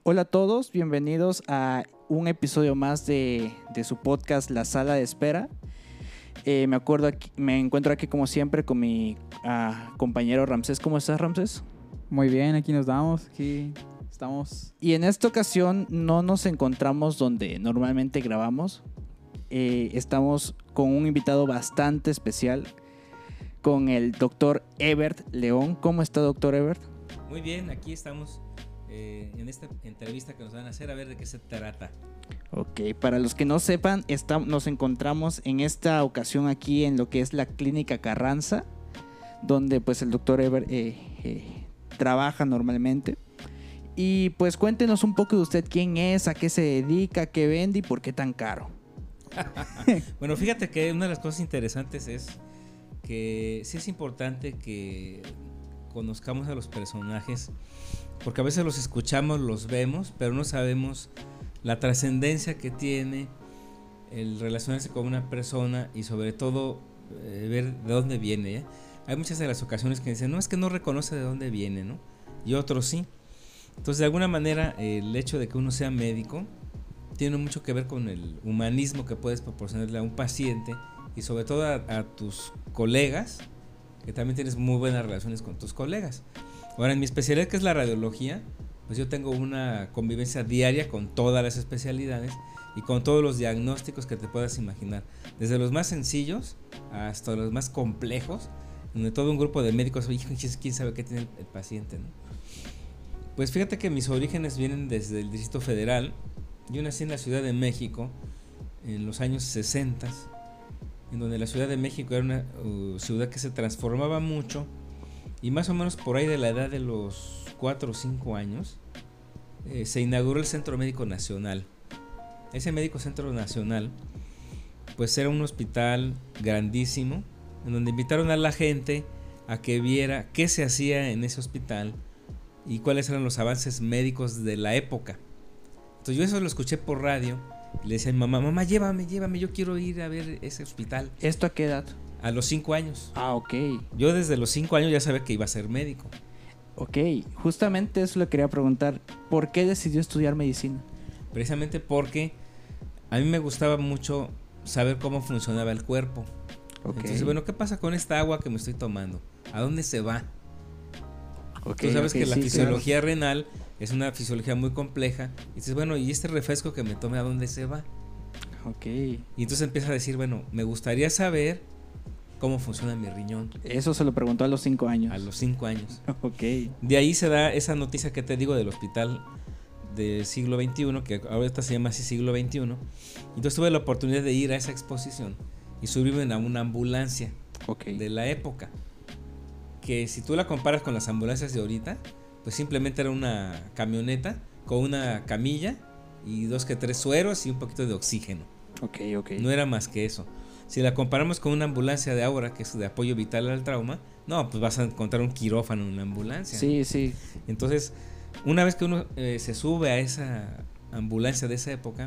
Hola a todos, bienvenidos a un episodio más de su podcast La Sala de Espera. Me encuentro aquí como siempre con mi compañero Ramsés. ¿Cómo estás, Ramsés? Muy bien, aquí nos damos, aquí estamos. Y en esta ocasión no nos encontramos donde normalmente grabamos. Estamos con un invitado bastante especial, con el doctor Ebert León. ¿Cómo está, doctor Ebert? Muy bien, aquí estamos en esta entrevista que nos van a hacer, a ver de qué se trata. Ok, para los que no sepan, nos encontramos en esta ocasión aquí en lo que es la Clínica Carranza, donde pues el doctor Ebert trabaja normalmente. Y pues cuéntenos un poco de usted, quién es, a qué se dedica, qué vende y por qué tan caro. Bueno, fíjate que una de las cosas interesantes es que sí es importante que conozcamos a los personajes, porque a veces los escuchamos, los vemos, pero no sabemos la trascendencia que tiene el relacionarse con una persona y sobre todo ver de dónde viene, ¿eh? Hay muchas de las ocasiones que dicen, no, es que no reconoce de dónde viene, ¿no? Y otros sí. Entonces, de alguna manera, el hecho de que uno sea médico tiene mucho que ver con el humanismo que puedes proporcionarle a un paciente y sobre todo a tus colegas, que también tienes muy buenas relaciones con tus colegas. Ahora, en mi especialidad, que es la radiología, pues yo tengo una convivencia diaria con todas las especialidades y con todos los diagnósticos que te puedas imaginar, desde los más sencillos hasta los más complejos, donde todo un grupo de médicos, oye, quién sabe qué tiene el paciente, ¿no? Pues fíjate que mis orígenes vienen desde el Distrito Federal. Yo nací en la Ciudad de México en los años 60, en donde la Ciudad de México era una ciudad que se transformaba mucho, y más o menos por ahí de la edad de los 4 o 5 años se inauguró el Centro Médico Nacional. Ese Médico Centro Nacional pues era un hospital grandísimo, en donde invitaron a la gente a que viera qué se hacía en ese hospital y cuáles eran los avances médicos de la época. Entonces yo eso lo escuché por radio y le decía a mi mamá, mamá, llévame, yo quiero ir a ver ese hospital. ¿Esto a qué edad? A los 5 años. Ah, ok. Yo desde los 5 años ya sabía que iba a ser médico. Ok, justamente eso le quería preguntar, ¿por qué decidió estudiar medicina? Precisamente porque a mí me gustaba mucho saber cómo funcionaba el cuerpo. Okay. Entonces, bueno, ¿qué pasa con esta agua que me estoy tomando? ¿A dónde se va? Okay, tú sabes que la fisiología renal es una fisiología muy compleja. Y dices, bueno, ¿y este refresco que me tome a dónde se va? Ok. Y entonces empiezas a decir, bueno, me gustaría saber cómo funciona mi riñón. Eso se lo preguntó a los 5 años. A los 5 años. Ok. De ahí se da esa noticia que te digo del hospital del siglo XXI, que ahorita se llama así siglo XXI. Entonces tuve la oportunidad de ir a esa exposición y subirme a una ambulancia de la época, que si tú la comparas con las ambulancias de ahorita, pues simplemente era una camioneta con una camilla y 2 que 3 sueros y un poquito de oxígeno. Ok. No era más que eso. Si la comparamos con una ambulancia de ahora, que es de apoyo vital al trauma, no, pues vas a encontrar un quirófano en una ambulancia. Sí, ¿no? sí. Entonces, una vez que uno se sube a esa ambulancia de esa época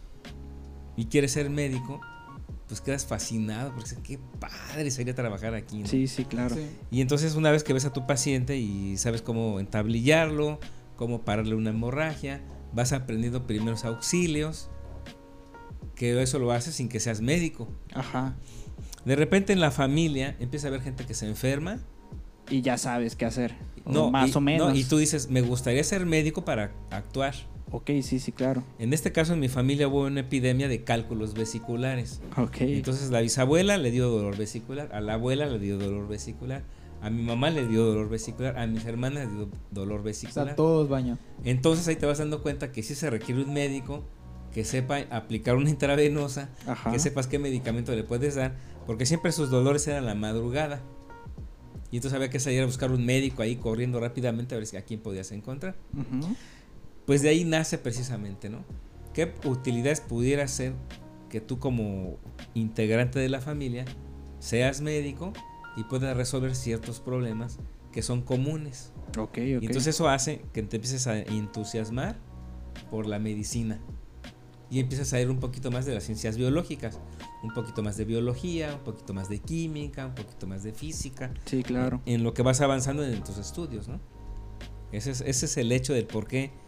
y quiere ser médico, pues quedas fascinado porque dices, qué padre sería trabajar aquí, ¿no? Sí, claro. Sí. Y entonces una vez que ves a tu paciente y sabes cómo entablillarlo, cómo pararle una hemorragia, vas aprendiendo primeros auxilios, que eso lo haces sin que seas médico. Ajá. De repente en la familia empieza a haber gente que se enferma y ya sabes qué hacer. No, más o menos. No, y tú dices, me gustaría ser médico para actuar. Ok, sí, claro. En este caso en mi familia hubo una epidemia de cálculos vesiculares. Ok. Entonces la bisabuela le dio dolor vesicular, a la abuela le dio dolor vesicular, a mi mamá le dio dolor vesicular, a mis hermanas le dio dolor vesicular. O sea, todos baño. Entonces ahí te vas dando cuenta que sí se requiere un médico que sepa aplicar una intravenosa, Ajá. que sepas qué medicamento le puedes dar, porque siempre sus dolores eran la madrugada. Y entonces había que salir a buscar un médico ahí corriendo rápidamente a ver si a quién podías encontrar. Uh-huh. Pues de ahí nace precisamente, ¿no? ¿Qué utilidades pudiera ser que tú como integrante de la familia seas médico y puedas resolver ciertos problemas que son comunes? Ok. Y entonces eso hace que te empieces a entusiasmar por la medicina y empiezas a ir un poquito más de las ciencias biológicas, un poquito más de biología, un poquito más de química, un poquito más de física. Sí, claro. En lo que vas avanzando en tus estudios, ¿no? Ese es el hecho del por qué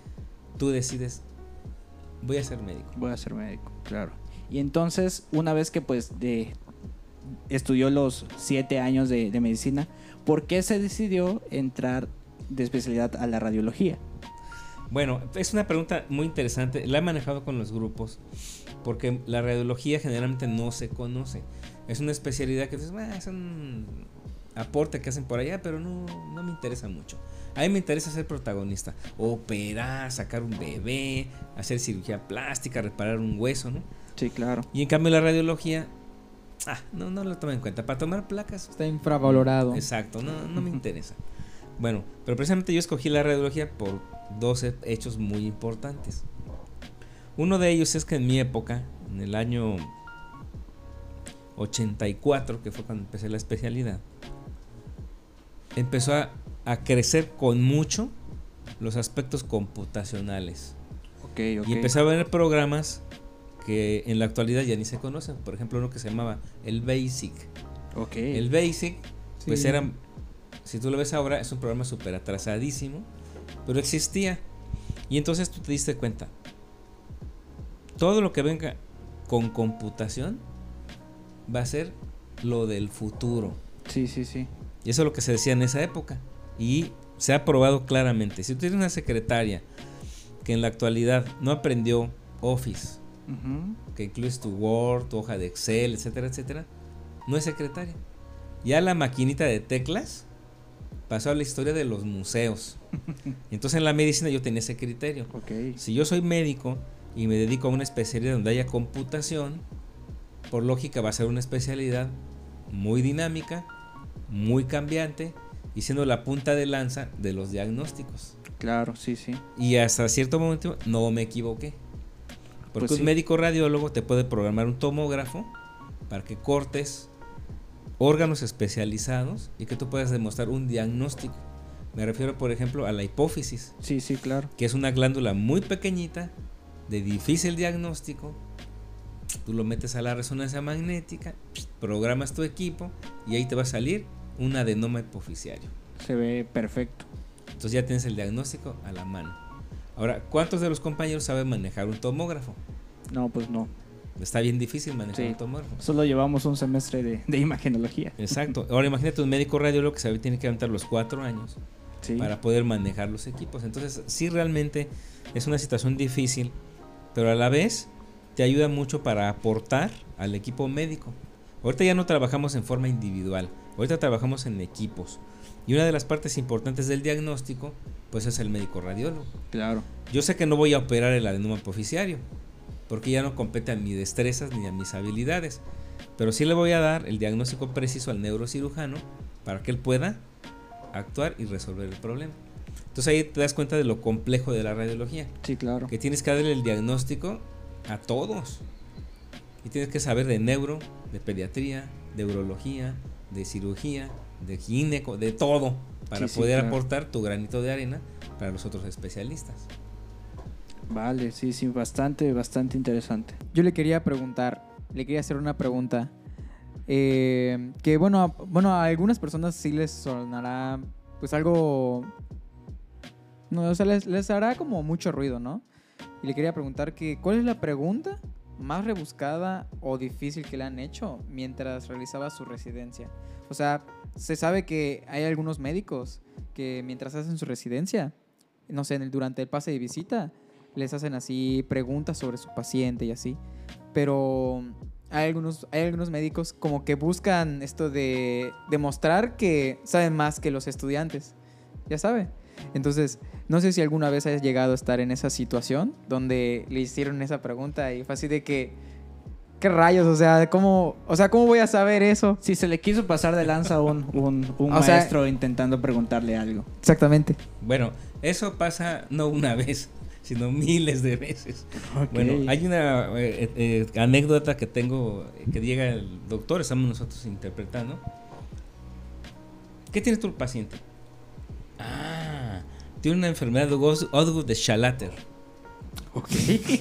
tú decides, voy a ser médico. Voy a ser médico, claro. Y entonces, una vez que pues estudió los 7 años de medicina, ¿por qué se decidió entrar de especialidad a la radiología? Bueno, es una pregunta muy interesante. La he manejado con los grupos porque la radiología generalmente no se conoce. Es una especialidad que dices, es un aporte que hacen por allá, pero no me interesa mucho. A mí me interesa ser protagonista, operar, sacar un bebé, hacer cirugía plástica, reparar un hueso, ¿no? Sí, claro. Y en cambio la radiología, no lo tomo en cuenta. Para tomar placas está infravalorado. Exacto, no me interesa. Bueno, pero precisamente yo escogí la radiología por 12 hechos muy importantes. Uno de ellos es que en mi época, en el año 84, que fue cuando empecé la especialidad, empezó a crecer con mucho los aspectos computacionales. Okay. Y empecé a ver programas que en la actualidad ya ni se conocen. Por ejemplo, uno que se llamaba el BASIC. Okay. El BASIC, pues Sí. era, si tú lo ves ahora, es un programa súper atrasadísimo, pero existía. Y entonces tú te diste cuenta, todo lo que venga con computación va a ser lo del futuro. Sí. Y eso es lo que se decía en esa época. Y se ha probado claramente. Si tú tienes una secretaria que en la actualidad no aprendió Office, que incluyes tu Word, tu hoja de Excel, etcétera, etcétera, no es secretaria. Ya la maquinita de teclas pasó a la historia de los museos. Entonces en la medicina yo tenía ese criterio. Okay. Si yo soy médico y me dedico a una especialidad donde haya computación, por lógica va a ser una especialidad muy dinámica, muy cambiante y siendo la punta de lanza de los diagnósticos. Claro, sí. Y hasta cierto momento no me equivoqué. Porque Pues sí. un médico radiólogo te puede programar un tomógrafo para que cortes órganos especializados y que tú puedas demostrar un diagnóstico. Me refiero, por ejemplo, a la hipófisis, Sí, claro. que es una glándula muy pequeñita, de difícil diagnóstico. Tú lo metes a la resonancia magnética, programas tu equipo y ahí te va a salir un adenoma hipofisiario. Se ve perfecto. Entonces ya tienes el diagnóstico a la mano. Ahora, ¿cuántos de los compañeros saben manejar un tomógrafo? No, pues no. Está bien difícil manejar Sí. un tomógrafo. Solo llevamos un semestre de imagenología. Exacto. Ahora imagínate un médico radiólogo que tiene que aventar los 4 años Sí. para poder manejar los equipos. Entonces, sí, realmente es una situación difícil, pero a la vez te ayuda mucho para aportar al equipo médico. Ahorita ya no trabajamos en forma individual, ahorita trabajamos en equipos. Y una de las partes importantes del diagnóstico, pues es el médico radiólogo. Claro. Yo sé que no voy a operar el adenoma hipofisiario, porque ya no compete a mis destrezas ni a mis habilidades, pero sí le voy a dar el diagnóstico preciso al neurocirujano para que él pueda actuar y resolver el problema. Entonces ahí te das cuenta de lo complejo de la radiología, Sí, claro. que tienes que darle el diagnóstico a todos y tienes que saber de neuro, de pediatría, de urología, de cirugía, de gineco, de todo para Sí, poder claro. aportar tu granito de arena para los otros especialistas. Vale, sí, bastante interesante. Yo le quería hacer una pregunta. Que bueno, a algunas personas sí les sonará pues algo, no, o sea, les hará como mucho ruido, ¿no? Y le quería preguntar que ¿cuál es la pregunta más rebuscada o difícil que le han hecho mientras realizaba su residencia? O sea, se sabe que hay algunos médicos que mientras hacen su residencia, no sé, durante el pase de visita, les hacen así preguntas sobre su paciente y así. Pero hay algunos médicos como que buscan esto de demostrar que saben más que los estudiantes. Ya sabe. Entonces, no sé si alguna vez hayas llegado a estar en esa situación donde le hicieron esa pregunta y fue así de que ¿qué rayos? O sea, ¿cómo voy a saber eso? Sí, se le quiso pasar de lanza a un O sea, maestro intentando preguntarle algo. Exactamente. Bueno, eso pasa no una vez, sino miles de veces. Ok. Bueno, hay una anécdota que tengo, que llega el doctor, estamos nosotros interpretando. ¿Qué tiene tu paciente? Tiene una enfermedad de Osgood de Schalater. Ok.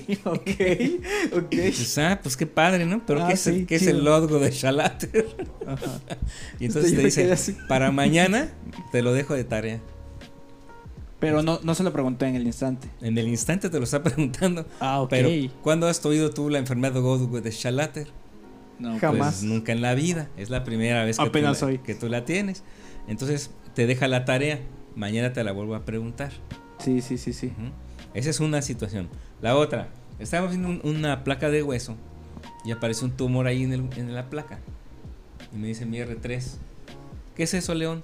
Dices, pues qué padre, ¿no? Pero ¿qué Sí, es chido. el Osgood de Schalater? Ajá. Y entonces Yo te me quedé dice, así. para mañana te lo dejo de tarea. Pero no se lo preguntó en el instante. En el instante te lo está preguntando. Ah, ok. Pero, ¿cuándo has oído tú la enfermedad de Godwin-Schalatter? No, Jamás. Pues nunca en la vida. Es la primera vez Apenas hoy. que tú la tienes. Entonces, te deja la tarea. Mañana te la vuelvo a preguntar. Sí. Ujú. Esa es una situación. La otra, estábamos viendo una placa de hueso y apareció un tumor ahí en la placa. Y me dice mi R3, ¿qué es eso, León?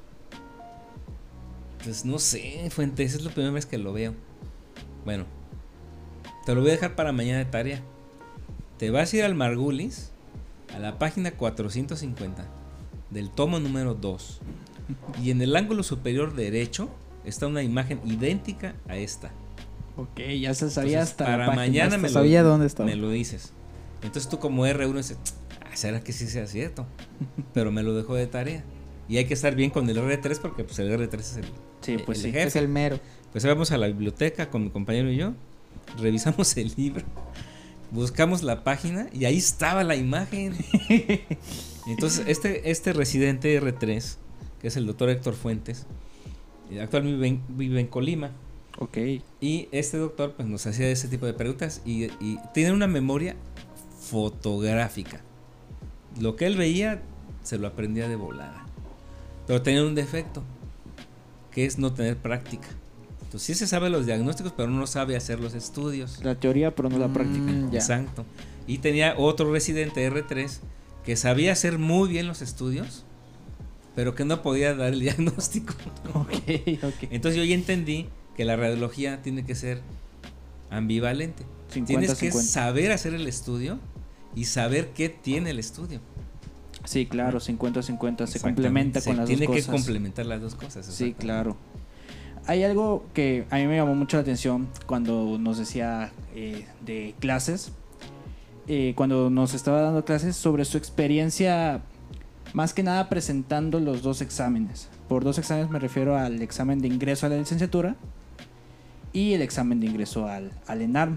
Pues no sé, Fuentes, es la primera vez que lo veo. Bueno, te lo voy a dejar para mañana de tarea. Te vas a ir al Margulis, a la página 450 del tomo número 2. Y en el ángulo superior derecho está una imagen idéntica a esta. Ok, ya se sabía. Entonces, hasta para la página. mañana Hasta sabía dónde estaba. me lo dices. Entonces tú como R1 dices, ¿será que sí sea cierto? Pero me lo dejó de tarea. Y hay que estar bien con el R3 porque pues el R3 es Sí, pues sí. jefe. Es el mero. Pues vamos a la biblioteca con mi compañero y yo, revisamos el libro, buscamos la página y ahí estaba la imagen. Entonces este residente R3, que es el doctor Héctor Fuentes, actualmente vive en Colima. Ok. Y este doctor pues nos hacía ese tipo de preguntas y tiene una memoria fotográfica. Lo que él veía se lo aprendía de volada. Pero tenía un defecto, que es no tener práctica. Entonces sí se sabe los diagnósticos, pero no sabe hacer los estudios. La teoría, pero no la práctica. Ya. Exacto. Y tenía otro residente R3 que sabía hacer muy bien los estudios, pero que no podía dar el diagnóstico. Ok. Entonces yo ya entendí que la radiología tiene que ser ambivalente. Tienes que 50-50. saber hacer el estudio y saber qué tiene el estudio. Sí, claro, 50-50. Se Exactamente. complementa con las dos Tiene cosas. que complementar las dos cosas. Sí, exactamente. claro. Hay algo que a mí me llamó mucho la atención cuando nos decía de clases, cuando nos estaba dando clases sobre su experiencia, más que nada presentando los dos exámenes. Por dos exámenes me refiero al examen de ingreso a la licenciatura y el examen de ingreso al ENARM.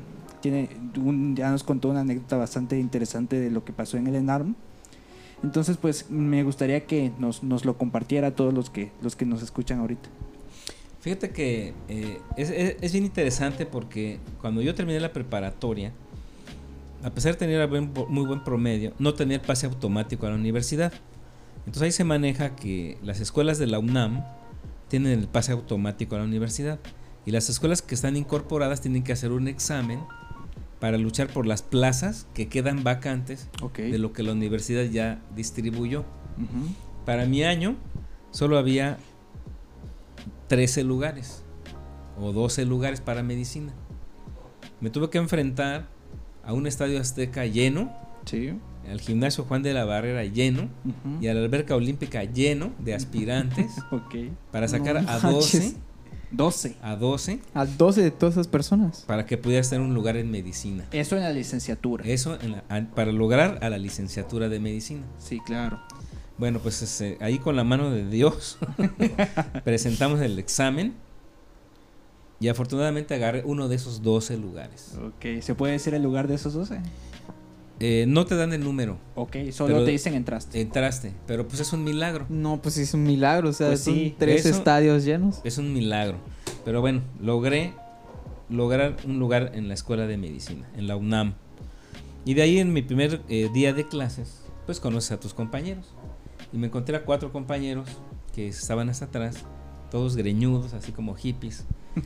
Ya nos contó una anécdota bastante interesante de lo que pasó en el ENARM. Entonces, pues me gustaría que nos lo compartiera a todos los que nos escuchan ahorita. Fíjate que es bien interesante porque cuando yo terminé la preparatoria, a pesar de tener muy buen promedio, no tenía el pase automático a la universidad. Entonces ahí se maneja que las escuelas de la UNAM tienen el pase automático a la universidad y las escuelas que están incorporadas tienen que hacer un examen para luchar por las plazas que quedan vacantes de lo que la universidad ya distribuyó. Uh-huh. Para mi año solo había 13 lugares o 12 lugares para medicina. Me tuve que enfrentar a un estadio Azteca lleno, sí, al gimnasio Juan de la Barrera lleno, uh-huh, y a la alberca olímpica lleno de aspirantes okay, para sacar No a manches. 12. a 12 A 12 de todas esas personas. para que pudieras tener un lugar en medicina. Eso en la licenciatura. Eso para lograr a la licenciatura de medicina. Sí, claro. Bueno, pues ahí con la mano de Dios presentamos el examen y afortunadamente agarré uno de esos 12 lugares. Ok, ¿se puede decir el lugar de esos 12? No te dan el número, Ok, solo Pero- te dicen entraste. entraste, pero pues es un milagro. No, pues sí, es un milagro. O sea, Pues son sí, 3 eso- estadios llenos. Es un milagro. Pero bueno, logré lograr un lugar en la escuela de medicina, en la UNAM. Y de ahí en mi primer día de clases, pues conoces a tus compañeros. Y me encontré a 4 compañeros que estaban hasta atrás, todos greñudos, así como hippies.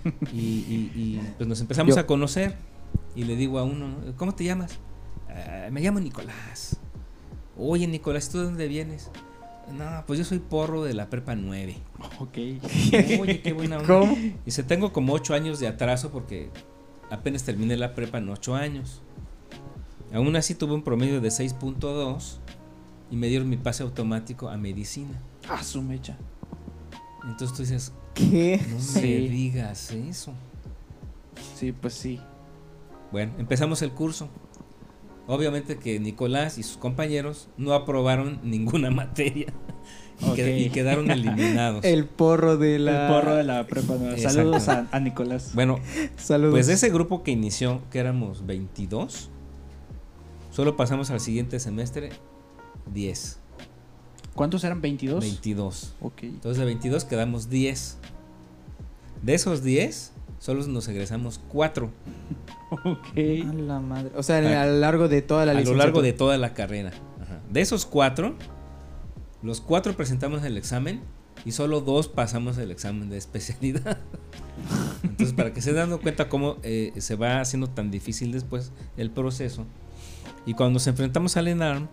Y pues nos empezamos a conocer. Y le digo a uno, ¿cómo te llamas? Me llamo Nicolás. Oye, Nicolás, ¿tú de dónde vienes? No, pues yo soy porro de la prepa 9. Ok. Oye, qué buena onda. ¿Cómo? Dice, tengo como 8 años de atraso porque apenas terminé la prepa en 8 años. Aún así tuve un promedio de 6.2 y me dieron mi pase automático a medicina. Ah, su mecha. Entonces tú dices, ¿Qué? no me Sí. digas eso. Sí, pues sí. Bueno, empezamos el curso. Obviamente que Nicolás y sus compañeros no aprobaron ninguna materia Ok. y quedaron eliminados. El porro de la... El porro de la prepa nueva. Exacto. Saludos a Nicolás. Bueno, Saludos. pues de ese grupo que inició, que éramos 22, solo pasamos al siguiente semestre 10. ¿Cuántos eran? ¿22? 22. Ok. Entonces de 22 quedamos 10. De esos 10, solo nos egresamos 4. Ok. A la madre. O sea, a lo largo de toda la A lo licenciatura. largo de toda la carrera. Ajá. De esos 4, los 4 presentamos el examen y solo 2 pasamos el examen de especialidad. Entonces, para que se den cuenta cómo se va haciendo tan difícil después el proceso. Y cuando nos enfrentamos al ENARM,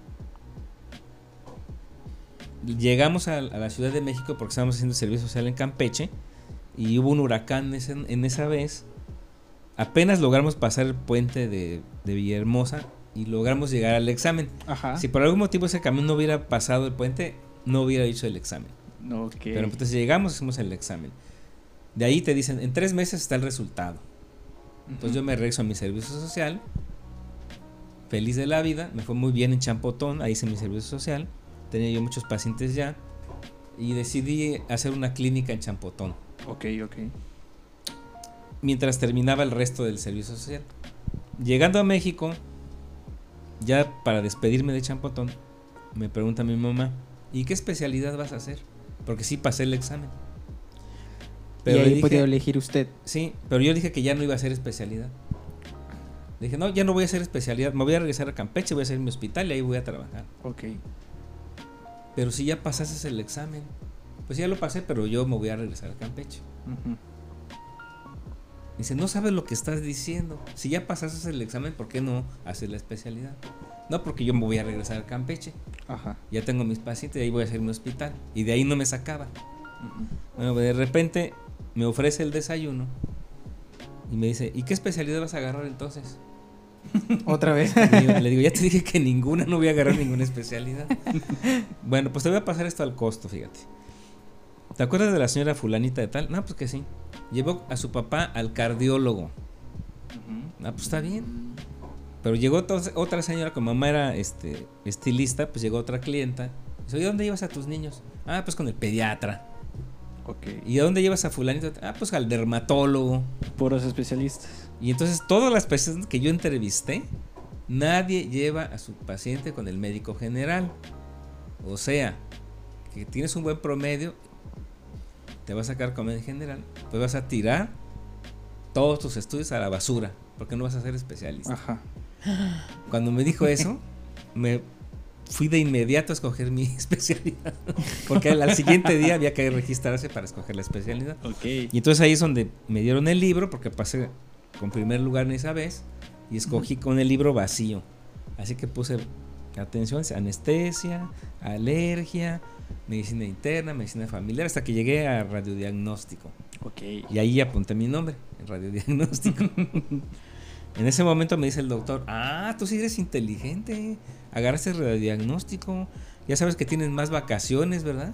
llegamos a la Ciudad de México porque estábamos haciendo servicio social en Campeche y hubo un huracán en esa vez. Apenas logramos pasar el puente de Villahermosa y logramos llegar al examen. Ajá. Si por algún motivo ese camión no hubiera pasado el puente, no hubiera hecho el examen. Ok. Pero entonces llegamos, hicimos el examen. De ahí te dicen, en 3 meses está el resultado. Entonces yo me regreso a mi servicio social, feliz de la vida, me fue muy bien en Champotón, ahí hice mi servicio social, tenía yo muchos pacientes ya, y decidí hacer una clínica en Champotón. Ok. Mientras terminaba el resto del servicio social. Llegando a México, ya para despedirme de Champotón, me pregunta mi mamá, ¿y qué especialidad vas a hacer? Porque sí pasé el examen. Y ahí podía elegir usted. Sí, pero yo dije que ya no iba a hacer especialidad. Dije, no, ya no voy a hacer especialidad, me voy a regresar a Campeche, voy a hacer mi hospital y ahí voy a trabajar. Ok. Pero si ya pasaste el examen, pues ya lo pasé, pero yo me voy a regresar a Campeche. Dice, no sabes lo que estás diciendo. Si ya pasaste el examen, ¿por qué no haces la especialidad? No, porque yo me voy a regresar a Campeche. Ajá. Ya tengo mis pacientes y ahí voy a hacer mi hospital. Y de ahí no me sacaba. Bueno, de repente me ofrece el desayuno y me dice, ¿y qué especialidad vas a agarrar entonces? Otra vez. Le digo, ya te dije que ninguna, no voy a agarrar ninguna especialidad. Bueno, pues te voy a pasar esto al costo, fíjate. ¿Te acuerdas de la señora fulanita de tal? No, pues que sí. Llevó a su papá al cardiólogo. Ah, pues está bien. Pero llegó otra señora, como mamá era estilista, pues llegó otra clienta. Dice, ¿y dónde llevas a tus niños? Ah, pues con el pediatra. Ok. ¿Y a dónde llevas a fulanito? Ah, pues al dermatólogo. Puros especialistas. Y entonces todas las personas que yo entrevisté, nadie lleva a su paciente con el médico general. O sea, que tienes un buen promedio, te vas a sacar con médico general, pues vas a tirar todos tus estudios a la basura, porque no vas a ser especialista. Ajá. Cuando me dijo eso, me fui de inmediato a escoger mi especialidad, porque al siguiente día había que registrarse para escoger la especialidad. Ok. Y entonces ahí es donde me dieron el libro, porque pasé con primer lugar en esa vez, y escogí con el libro vacío. Así que puse atención, anestesia, alergia, medicina interna, medicina familiar, hasta que llegué a radiodiagnóstico. Ok. Y ahí apunté mi nombre, en radiodiagnóstico. En ese momento me dice el doctor, tú sí eres inteligente, agarraste el radiodiagnóstico, ya sabes que tienes más vacaciones, ¿verdad?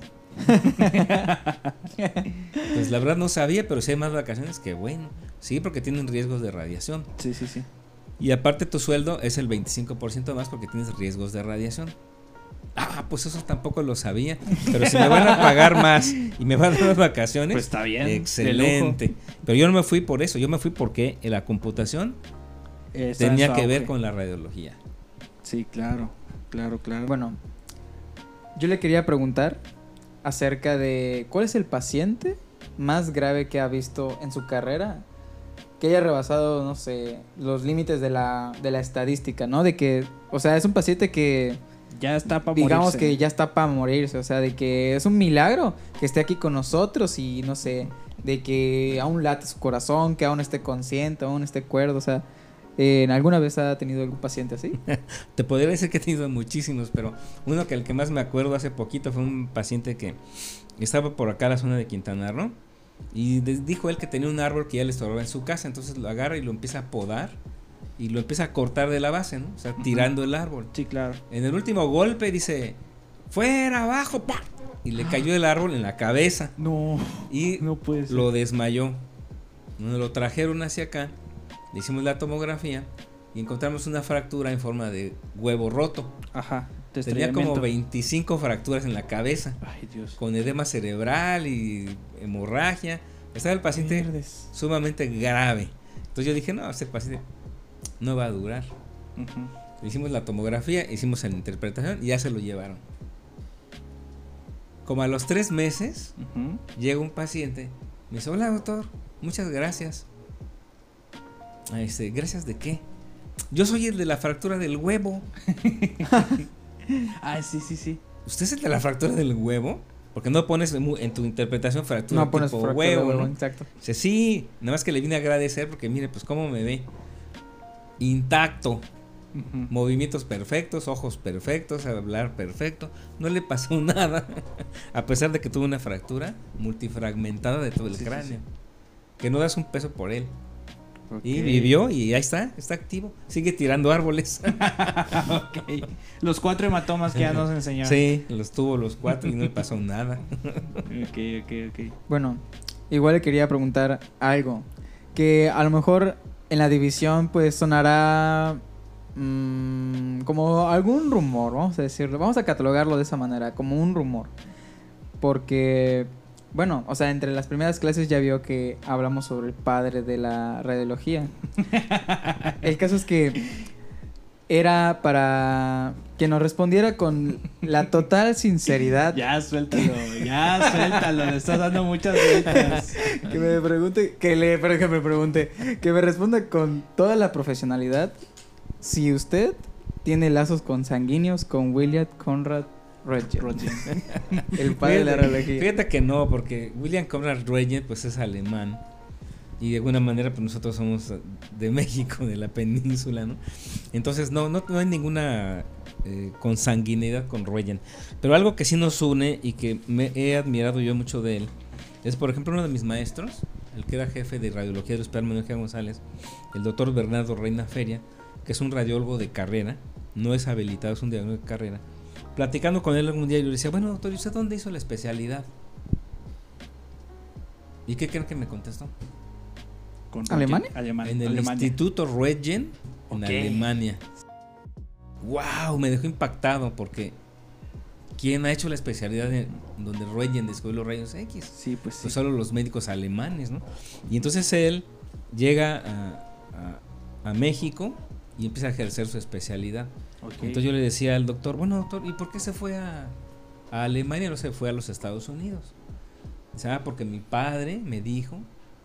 Pues la verdad no sabía, pero si hay más vacaciones, que bueno. Sí, porque tienen riesgos de radiación. Sí. Y aparte tu sueldo es el 25% más porque tienes riesgos de radiación. Pues eso tampoco lo sabía. Pero si me van a pagar más y me van a dar vacaciones, pues está bien. Excelente. Pero yo no me fui por eso, yo me fui porque la computación tenía que ver con la radiología. Sí, claro. Bueno, yo le quería preguntar acerca de ¿cuál es el paciente más grave que ha visto en su carrera? Que haya rebasado, no sé, los límites de la estadística, ¿no? De que, o sea, es un paciente que ya está para morirse. Digamos que ya está para morirse, o sea, de que es un milagro que esté aquí con nosotros y no sé, de que aún late su corazón, que aún esté consciente, aún esté cuerdo, o sea, ¿alguna vez ha tenido algún paciente así? Te podría decir que he tenido muchísimos, pero uno que el que más me acuerdo hace poquito fue un paciente que estaba por acá en la zona de Quintana Roo y dijo él que tenía un árbol que ya le estorbaba en su casa, entonces lo agarra y lo empieza a podar y lo empieza a cortar de la base, ¿no? O sea, tirando el árbol. Sí, claro. En el último golpe dice, fuera, abajo, ¡pah! Y le cayó el árbol en la cabeza. No, y no puede ser. Lo desmayó. Nos lo trajeron hacia acá, le hicimos la tomografía y encontramos una fractura en forma de huevo roto. Ajá. Tenía como 25 fracturas en la cabeza. Ay, Dios. Con edema cerebral y hemorragia. Estaba el paciente sumamente grave. Entonces yo dije, no, este paciente no va a durar. Hicimos la tomografía, hicimos la interpretación y ya se lo llevaron. Como a los 3 meses, llega un paciente Me dice, hola doctor, muchas gracias. ¿Gracias de qué? Yo soy el de la fractura del huevo. Sí. ¿Usted es el de la fractura del huevo? Porque no pones en tu interpretación fractura No pones tipo fractura huevo, de huevo, ¿no? exacto. Dice, sí, nada más que le vine a agradecer porque mire, pues cómo me ve. Intacto. Movimientos perfectos, ojos perfectos, hablar perfecto. No le pasó nada. A pesar de que tuvo una fractura multifragmentada de todo el cráneo. Que no das un peso por él. Y vivió y ahí está activo. Sigue tirando árboles. Ok. Los 4 hematomas que ya nos enseñó. Sí, los tuvo los 4 y no le pasó nada. Ok. Bueno, igual le quería preguntar algo. Que a lo mejor en la división pues sonará como algún rumor, vamos a decirlo. Vamos a catalogarlo de esa manera, como un rumor. Porque, bueno, o sea, entre las primeras clases ya vio que hablamos sobre el padre de la radiología. El caso es que era para que nos respondiera con la total sinceridad. Ya, suéltalo, le estás dando muchas vueltas. Que me pregunte, que me responda con toda la profesionalidad si usted tiene lazos consanguíneos con William Conrad Röntgen, el padre de la radiología. Fíjate que no, porque William Conrad Röntgen pues es alemán y de alguna manera pues nosotros somos de México, de la península, ¿no? Entonces no hay ninguna consanguinidad con Röntgen. Pero algo que sí nos une y que me he admirado yo mucho de él es, por ejemplo, uno de mis maestros, el que era jefe de radiología del Hospital Manuel G. González, el doctor Bernardo Reina Feria, que es un radiólogo de carrera, no es habilitado, es un diagnóstico de carrera. Platicando con él algún día, yo le decía, bueno doctor, ¿y usted dónde hizo la especialidad? ¿Y qué creen que me contestó? ¿Alemania? En el Instituto Röntgen, en Alemania. ¡Wow! Me dejó impactado porque ¿quién ha hecho la especialidad donde Röntgen descubrió los rayos X? Sí, pues sí. Pues solo los médicos alemanes, ¿no? Y entonces él llega a México y empieza a ejercer su especialidad. Okay. Entonces yo le decía al doctor, bueno doctor, ¿y por qué se fue a Alemania, no se fue a los Estados Unidos? Dice, porque mi padre me dijo,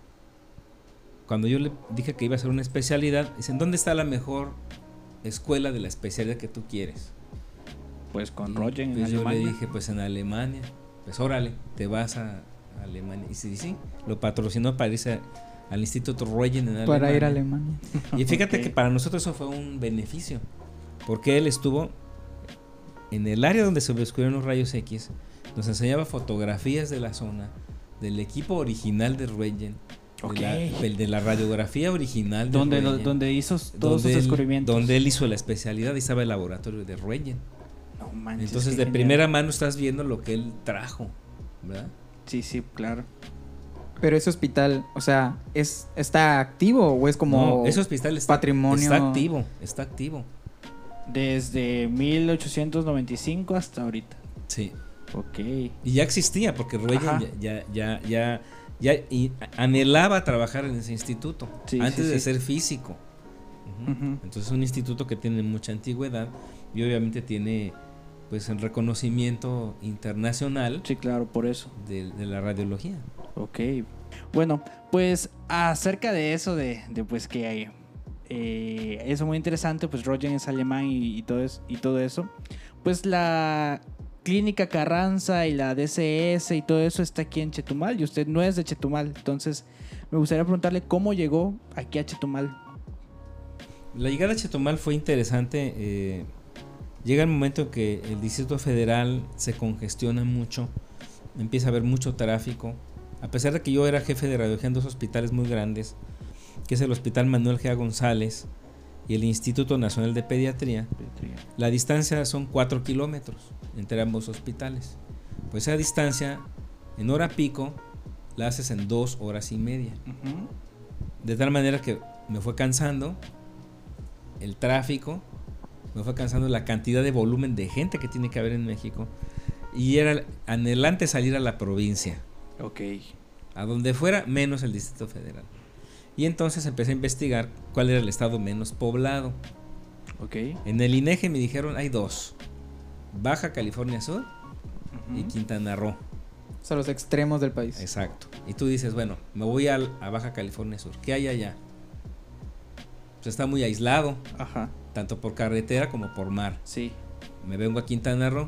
cuando yo le dije que iba a hacer una especialidad, dicen, ¿dónde está la mejor escuela de la especialidad que tú quieres? Pues con Röntgen pues en Alemania. Yo le dije, pues en Alemania. Pues órale, te vas a Alemania. Y sí, lo patrocinó para irse al Instituto Röntgen en Alemania. Para ir a Alemania. Y fíjate que para nosotros eso fue un beneficio, porque él estuvo en el área donde se descubrieron los rayos X, nos enseñaba fotografías de la zona, del equipo original de Röntgen, de la radiografía original de Röntgen, donde hizo todos sus descubrimientos. Donde él hizo la especialidad y estaba el laboratorio de Röntgen. No manches, entonces de primera mano estás viendo lo que él trajo, ¿verdad? Sí, claro. Pero ese hospital, o sea, ¿está activo o es como no, ese hospital está, patrimonio? Está activo. Desde 1895 hasta ahorita. Sí. Ok. Y ya existía, porque Röntgen ya anhelaba trabajar en ese instituto antes de ser físico. Entonces es un instituto que tiene mucha antigüedad y obviamente tiene pues el reconocimiento internacional. Sí, claro, por eso. De la radiología. Ok. Bueno, pues acerca de eso, de pues que hay eso muy interesante, pues Röntgen es alemán y todo eso. Pues la Clínica Carranza y la DCS y todo eso está aquí en Chetumal y usted no es de Chetumal. Entonces me gustaría preguntarle cómo llegó aquí a Chetumal. La llegada a Chetumal fue interesante. Llega el momento en que el Distrito Federal se congestiona mucho, empieza a haber mucho tráfico. A pesar de que yo era jefe de radiología en dos hospitales muy grandes, que es el Hospital Manuel G. González y el Instituto Nacional de Pediatría, la distancia son 4 kilómetros entre ambos hospitales. Pues esa distancia, en hora pico, la haces en 2 horas y media. De tal manera que me fue cansando el tráfico, me fue cansando la cantidad de volumen de gente que tiene que haber en México, y era anhelante salir a la provincia. Ok. A donde fuera, menos el Distrito Federal. Y entonces empecé a investigar cuál era el estado menos poblado. Ok. En el INEGI me dijeron hay 2: Baja California Sur y Quintana Roo. O sea, los extremos del país. Exacto. Y tú dices, bueno, me voy a Baja California Sur. ¿Qué hay allá? Pues está muy aislado, Ajá. tanto por carretera como por mar. Sí. Me vengo a Quintana Roo,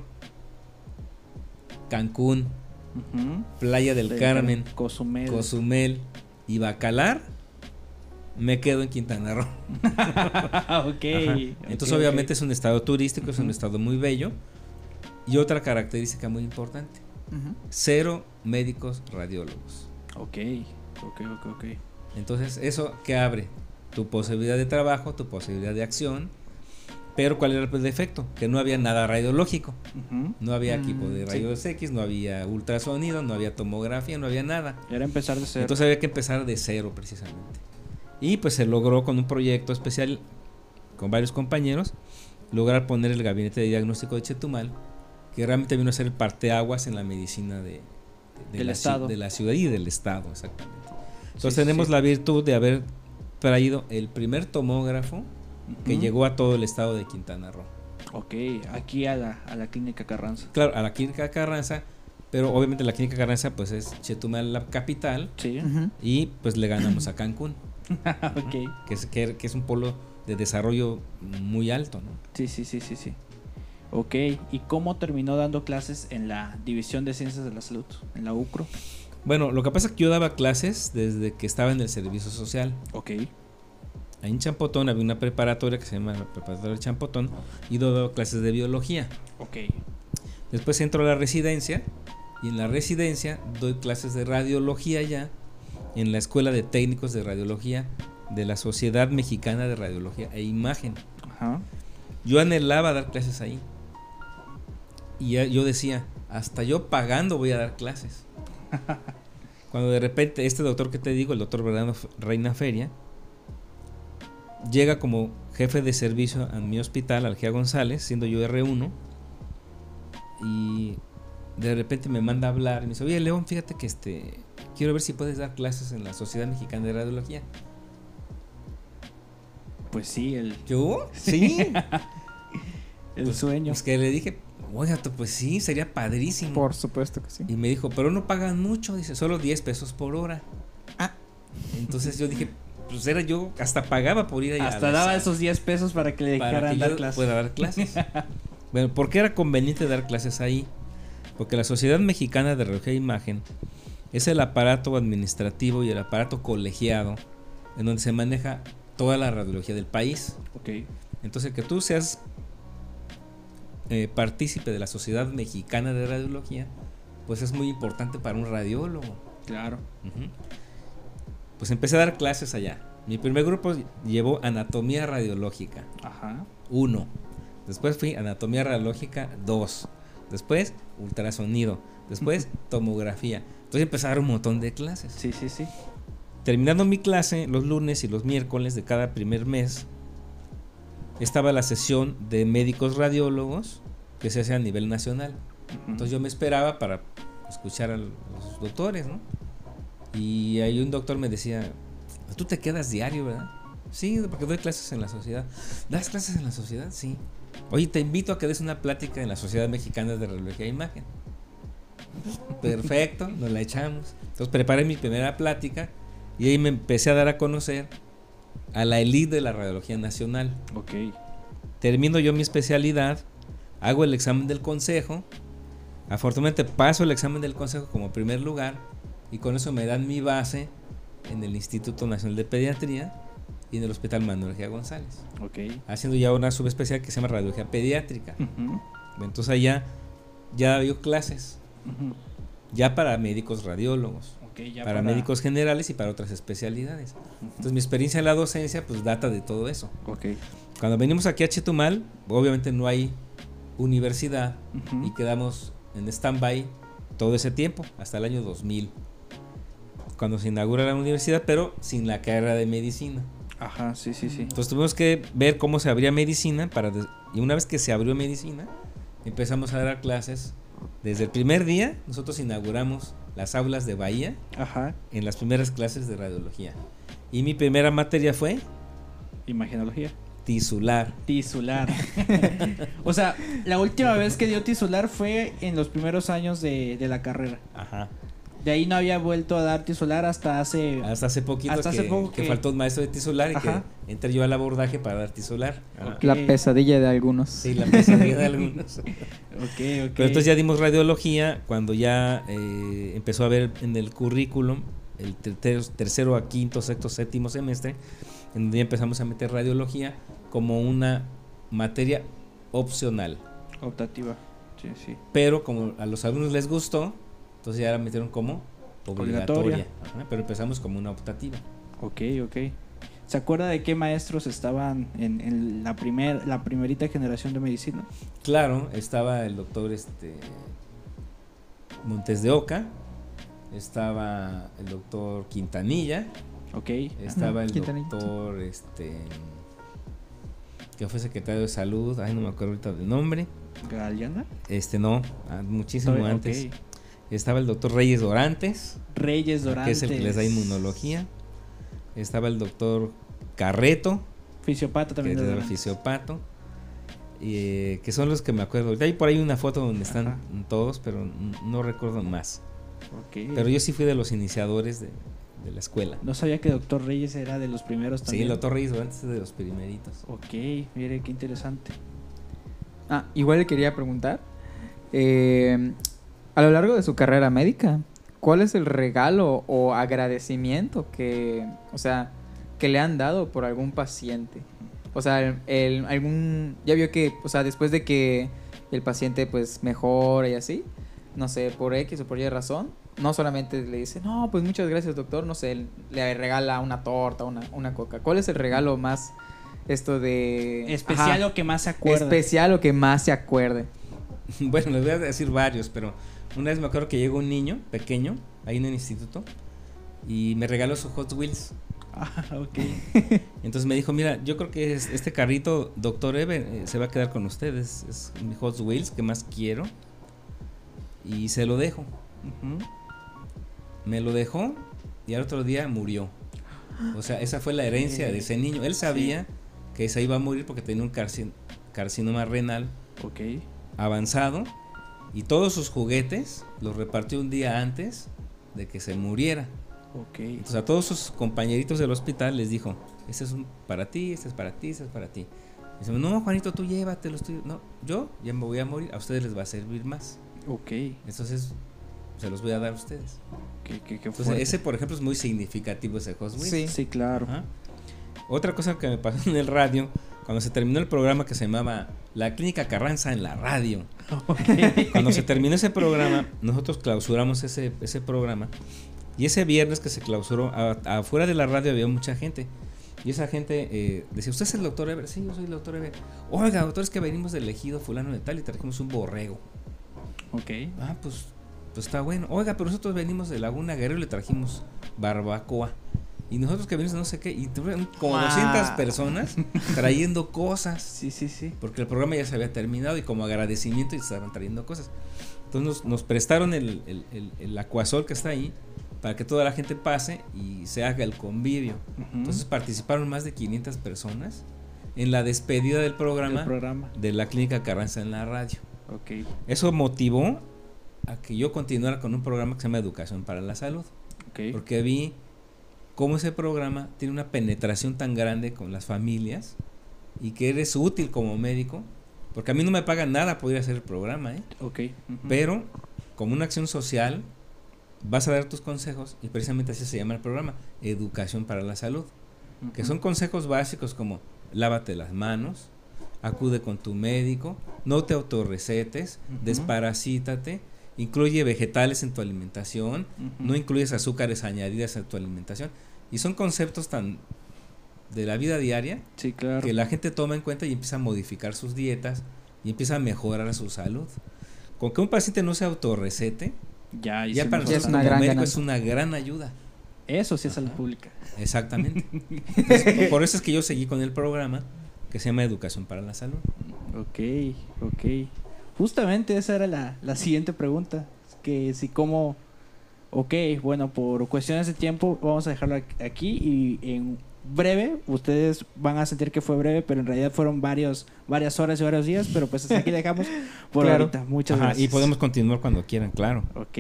Cancún, Ujú. Playa del Carmen, Cozumel. Cozumel y Bacalar. Me quedo en Quintana Roo. Ok. Ajá. Entonces, obviamente, es un estado turístico, es un estado muy bello. Y otra característica muy importante: Ujú. 0 médicos radiólogos. Ok. Entonces, ¿eso qué abre? Tu posibilidad de trabajo, tu posibilidad de acción. Pero ¿cuál era el defecto? Que no había nada radiológico. Ujú. No había equipo de sí. rayos X, no había ultrasonido, no había tomografía, no había nada. Era empezar de cero. Entonces había que empezar de cero precisamente. Y pues se logró con un proyecto especial con varios compañeros lograr poner el gabinete de diagnóstico de Chetumal, que realmente vino a ser el parteaguas en la medicina Del estado. de la ciudad y del estado, exactamente. Entonces Sí, tenemos sí. la virtud de haber traído el primer tomógrafo que Ujú. llegó a todo el estado de Quintana Roo. Ok, aquí a la clínica Carranza. Claro, a la clínica Carranza, pero obviamente la clínica Carranza pues es Chetumal la capital Sí. Ujú. y pues le ganamos a Cancún, Ok. que es un polo de desarrollo muy alto, ¿no? Sí. Ok, ¿y cómo terminó dando clases en la División de Ciencias de la Salud, en la UCRO? Bueno, lo que pasa es que yo daba clases desde que estaba en el servicio social. Ok. Ahí en Champotón había una preparatoria que se llama la Preparatoria de Champotón y yo daba clases de biología. Ok. Después entro a la residencia y en la residencia doy clases de radiología ya en la Escuela de Técnicos de Radiología de la Sociedad Mexicana de Radiología e Imagen. Ajá. Yo anhelaba dar clases ahí. Y yo decía, hasta yo pagando voy a dar clases. Cuando de repente este doctor que te digo, el doctor Reina Feria, llega como jefe de servicio a mi hospital, Algea González, siendo yo R1, y de repente me manda a hablar y me dice, oye León, fíjate que quiero ver si puedes dar clases en la Sociedad Mexicana de Radiología. Pues sí, ¿Yo? Sí. el Pues, sueño. pues que le dije, oiga, pues sí, sería padrísimo. Por supuesto que sí. Y me dijo, pero no pagan mucho, dice, solo 10 pesos por hora. Ah. Entonces yo dije, pues era yo, hasta pagaba por ir allá. Hasta daba esos 10 pesos para que le para dejaran que dar yo clases. pueda dar clases. Bueno, ¿por qué era conveniente dar clases ahí? Porque la Sociedad Mexicana de Radiología e Imagen es el aparato administrativo y el aparato colegiado en donde se maneja toda la radiología del país. Ok. Entonces, que tú seas partícipe de la Sociedad Mexicana de Radiología, pues es muy importante para un radiólogo. Claro. Ujú. Pues empecé a dar clases allá. Mi primer grupo llevó anatomía radiológica Ajá. 1. Después fui anatomía radiológica 2. Después ultrasonido. Después tomografía. Entonces empecé a dar un montón de clases. Sí. Terminando mi clase los lunes y los miércoles de cada primer mes, estaba la sesión de médicos radiólogos que se hace a nivel nacional. Entonces yo me esperaba para escuchar a los doctores, ¿no? Y ahí un doctor me decía, tú te quedas diario, ¿verdad? Sí, porque doy clases en la sociedad. ¿Das clases en la sociedad? Sí. Oye, te invito a que des una plática en la Sociedad Mexicana de Radiología e Imagen. Perfecto, nos la echamos. Entonces preparé mi primera plática y ahí me empecé a dar a conocer a la élite de la radiología nacional. Ok. Termino yo mi especialidad, hago el examen del consejo, afortunadamente paso el examen del consejo como primer lugar y con eso me dan mi base en el Instituto Nacional de Pediatría y en el Hospital Manuel Algea González, Ok. haciendo ya una subespecial que se llama Radiología Pediátrica. Ujú. Entonces allá ya dio clases, Ujú. ya para médicos radiólogos, Ok, ya para médicos generales y para otras especialidades. Entonces mi experiencia en la docencia pues data de todo eso. Ok. Cuando venimos aquí a Chetumal, obviamente no hay universidad Ujú. y quedamos en stand-by todo ese tiempo, hasta el año 2000, cuando se inaugura la universidad, pero sin la carrera de medicina. Ajá, sí. Entonces tuvimos que ver cómo se abría medicina y una vez que se abrió medicina, empezamos a dar clases. Desde el primer día, nosotros inauguramos las aulas de Bahía Ajá. en las primeras clases de radiología. Y mi primera materia fue Imagenología. tisular. Tisular. O sea, la última vez que dio tisular fue en los primeros años de la carrera. Ajá. De ahí no había vuelto a dar tisular hasta hace poquito hasta hace poco que faltó un maestro de tisular y Ajá. que entré yo al abordaje para dar tisular. Ajá. Ok. La pesadilla de algunos. Sí, la pesadilla de algunos. Ok. Pero entonces ya dimos radiología cuando ya empezó a ver en el currículum el tercero a quinto, sexto, séptimo semestre, en donde ya empezamos a meter radiología como una materia opcional. Optativa. Sí, sí. Pero como a los alumnos les gustó, entonces ya la metieron como obligatoria. Ajá, pero empezamos como una optativa. Ok. ¿Se acuerda de qué maestros estaban en la primerita generación de medicina? Claro, estaba el doctor Montes de Oca, estaba el doctor Quintanilla, Ok. estaba el Quintanilla, doctor que fue secretario de salud, no me acuerdo ahorita del nombre. ¿Galeana? No, muchísimo Ok. antes. Estaba el doctor Reyes Dorantes, Reyes que Dorantes. es el que les da inmunología. Estaba el doctor Carreto, Fisiopata que también. es de el Dorantes. fisiopato, que son los que me acuerdo. Hay por ahí una foto donde están Ajá. todos, pero no recuerdo más. Ok. Pero yo sí fui de los iniciadores de la escuela. No sabía que Doctor Reyes era de los primeros Sí, también. el doctor Reyes Dorantes es de los primeritos. Ok, mire qué interesante. Igual le quería preguntar, a lo largo de su carrera médica, ¿cuál es el regalo o agradecimiento que le han dado por algún paciente? O sea, ya vio que, o sea, después de que el paciente pues mejora y así, no sé, por X o por Y razón, no solamente le dice, no, pues muchas gracias doctor, no sé, le regala una torta, una coca. ¿Cuál es el regalo más Especial o que más se acuerda? Especial o que más se acuerde. Bueno, les voy a decir varios, pero una vez me acuerdo que llegó un niño pequeño ahí en el instituto y me regaló su Hot Wheels. Ok. Entonces me dijo, mira, yo creo que este carrito, doctor Eber, se va a quedar con ustedes. Es mi Hot Wheels que más quiero. Y se lo dejo. Me lo dejó y al otro día murió. O sea, esa fue la herencia de ese niño. Él sabía que se iba a morir porque tenía un carcinoma renal avanzado y todos sus juguetes los repartió un día antes de que se muriera. Entonces a todos sus compañeritos del hospital les dijo, este es para ti, este es para ti, este es para ti. Y dice, no, Juanito, tú llévatelo. No, yo ya me voy a morir, a ustedes les va a servir más. Entonces se los voy a dar a ustedes. Entonces ese, por ejemplo, es muy significativo, ese Hot Wheels. Sí, claro. Ajá. Otra cosa que me pasó en el radio, cuando se terminó el programa que se llamaba La Clínica Carranza en la radio. Cuando se terminó ese programa, nosotros clausuramos ese programa. Y ese viernes que se clausuró, afuera de la radio había mucha gente. Y esa gente decía, ¿usted es el doctor Eber? Sí, yo soy el doctor Eber. Oiga, doctor, es que venimos del ejido fulano de tal y trajimos un borrego. Pues está bueno. Oiga, pero nosotros venimos de Laguna Guerrero y le trajimos barbacoa. Y nosotros que venimos de no sé qué. Y tuvieron como 200 personas trayendo cosas. Sí. Porque el programa ya se había terminado y como agradecimiento y estaban trayendo cosas. Entonces nos prestaron el acuasol que está ahí para que toda la gente pase y se haga el convivio. Entonces participaron más de 500 personas en la despedida del programa de la Clínica Carranza en la radio. Eso motivó a que yo continuara con un programa que se llama Educación para la Salud. Porque vi cómo ese programa tiene una penetración tan grande con las familias y que eres útil como médico. Porque a mí no me pagan nada por ir a hacer el programa, pero como una acción social vas a dar tus consejos y precisamente así se llama el programa, Educación para la Salud, que son consejos básicos como lávate las manos, acude con tu médico, no te autorrecetes, desparasítate, incluye vegetales en tu alimentación, no incluyes azúcares añadidas en tu alimentación, y son conceptos tan de la vida diaria que la gente toma en cuenta y empieza a modificar sus dietas y empieza a mejorar su salud. Con que un paciente no se autorrecete, ya para nosotros como médicos es una gran ayuda. Eso sí es salud pública. Exactamente. Entonces, por eso es que yo seguí con el programa que se llama Educación para la Salud. Justamente esa era la siguiente pregunta. Que si cómo... bueno, por cuestiones de tiempo vamos a dejarlo aquí y en breve. Ustedes van a sentir que fue breve, pero en realidad fueron varias horas y varios días. Pero pues hasta aquí dejamos por Claro. ahorita. Muchas Ajá, gracias. y podemos continuar cuando quieran, claro. Ok.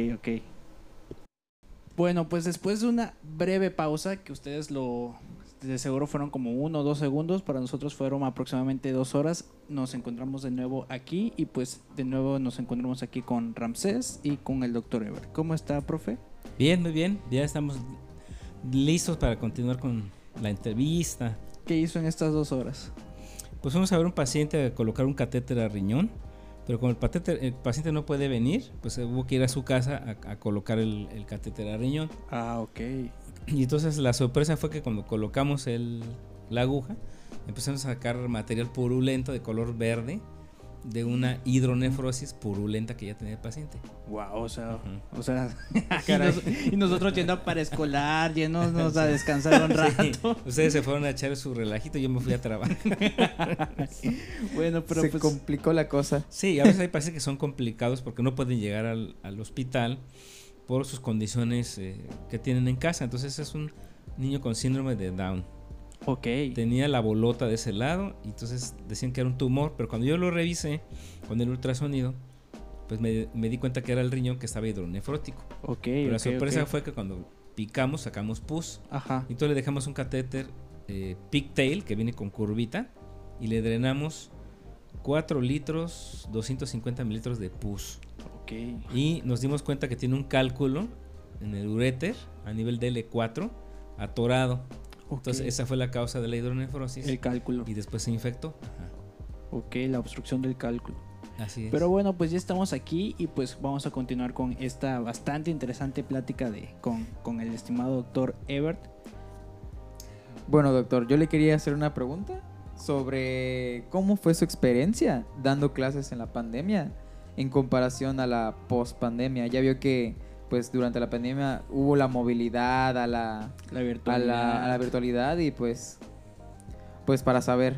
Bueno, pues después de una breve pausa, que ustedes de seguro fueron como 1 o 2 segundos, para nosotros fueron aproximadamente 2 horas, nos encontramos de nuevo aquí y pues de nuevo nos encontramos aquí con Ramsés y con el Dr. Ever. ¿Cómo está, profe? Bien, muy bien. Ya estamos listos para continuar con la entrevista. ¿Qué hizo en estas 2 horas? Pues fuimos a ver un paciente a colocar un catéter a riñón, pero como el paciente no puede venir, pues hubo que ir a su casa a colocar el catéter a riñón. Ah, ok. Y entonces la sorpresa fue que cuando colocamos la aguja, empezamos a sacar material purulento de color verde de una hidronefrosis purulenta que ya tenía el paciente. Wow, o sea, Caray. y nosotros yendo para escolar, yéndonos a descansar un rato. Sí, ustedes se fueron a echar su relajito y yo me fui a trabajar. Bueno, pero Se pues complicó la cosa. Sí, a veces hay pacientes que son complicados porque no pueden llegar al hospital por sus condiciones que tienen en casa. Entonces es un niño con síndrome de Down. ok. Tenía la bolota de ese lado y entonces decían que era un tumor, pero cuando yo lo revisé con el ultrasonido, pues me di cuenta que era el riñón que estaba hidronefrótico. Ok, Pero la sorpresa ok. fue que cuando picamos, sacamos pus. Ajá. Y entonces le dejamos un catéter pigtail que viene con curvita y le drenamos 4 litros, 250 mililitros de pus. Ok. Y nos dimos cuenta que tiene un cálculo en el uréter a nivel de L4 atorado. Ok. Entonces esa fue la causa de la hidronefrosis. El cálculo. Y después se infectó. Ajá. Ok, la obstrucción del cálculo. Así es. Pero bueno, pues ya estamos aquí y pues vamos a continuar con esta bastante interesante plática con el estimado doctor Ebert. Bueno, doctor, yo le quería hacer una pregunta sobre cómo fue su experiencia dando clases en la pandemia en comparación a la post-pandemia. Ya vio que pues durante la pandemia hubo la movilidad a la La virtualidad y pues para saber.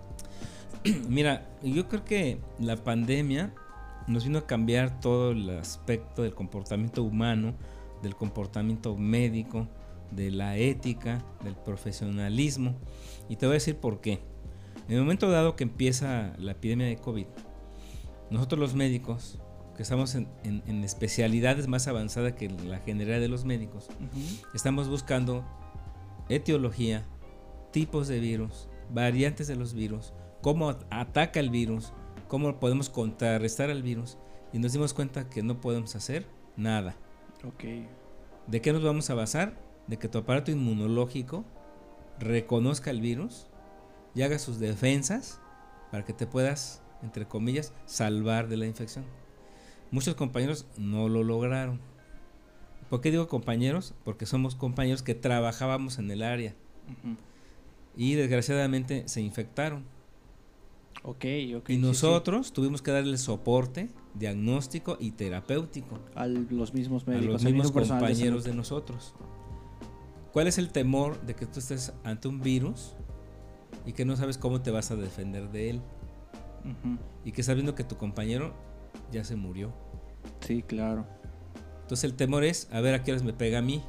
Mira, yo creo que la pandemia nos vino a cambiar todo el aspecto del comportamiento humano, del comportamiento médico, de la ética, del profesionalismo. Y te voy a decir por qué. En el momento dado que empieza la epidemia de COVID, nosotros los médicos, que estamos en especialidades más avanzadas que la generalidad de los médicos, estamos buscando etiología, tipos de virus, variantes de los virus, cómo ataca el virus, cómo podemos contrarrestar al virus, y nos dimos cuenta que no podemos hacer nada. Ok. ¿De qué nos vamos a basar? De que tu aparato inmunológico reconozca el virus y haga sus defensas para que te puedas, entre comillas, salvar de la infección. Muchos compañeros no lo lograron. ¿Por qué digo compañeros? Porque somos compañeros que trabajábamos en el área y desgraciadamente se infectaron. Ok. Y Sí, nosotros tuvimos que darle soporte diagnóstico y terapéutico sí. A los mismos a médicos, los al mismos mismo personal de compañeros salud. de nosotros. ¿Cuál es el temor de que tú estés ante un virus y que no sabes cómo te vas a defender de él? Y que sabiendo que tu compañero ya se murió. Sí, claro. Entonces el temor es a ver a qué horas me pega a mí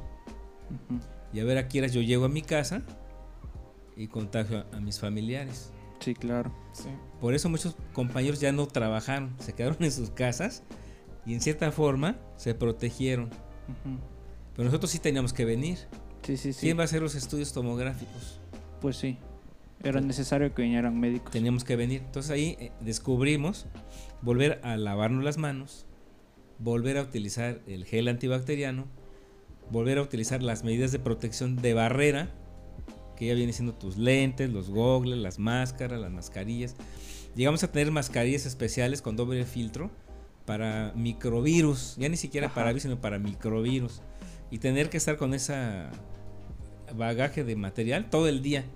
y a ver a qué horas yo llego a mi casa y contagio a mis familiares. Sí, claro. Sí. Por eso muchos compañeros ya no trabajaron, se quedaron en sus casas y en cierta forma se protegieron. Pero nosotros sí teníamos que venir. Sí. ¿Quién va a hacer los estudios tomográficos? Pues sí. Era necesario que vinieran médicos. Teníamos que venir. Entonces ahí descubrimos volver a lavarnos las manos, volver a utilizar el gel antibacteriano, volver a utilizar las medidas de protección de barrera, que ya vienen siendo tus lentes, los gogles, las máscaras, las mascarillas. Llegamos a tener mascarillas especiales con doble filtro para microvirus, ya ni siquiera para virus, sino para microvirus. Y tener que estar con esa bagaje de material todo el día,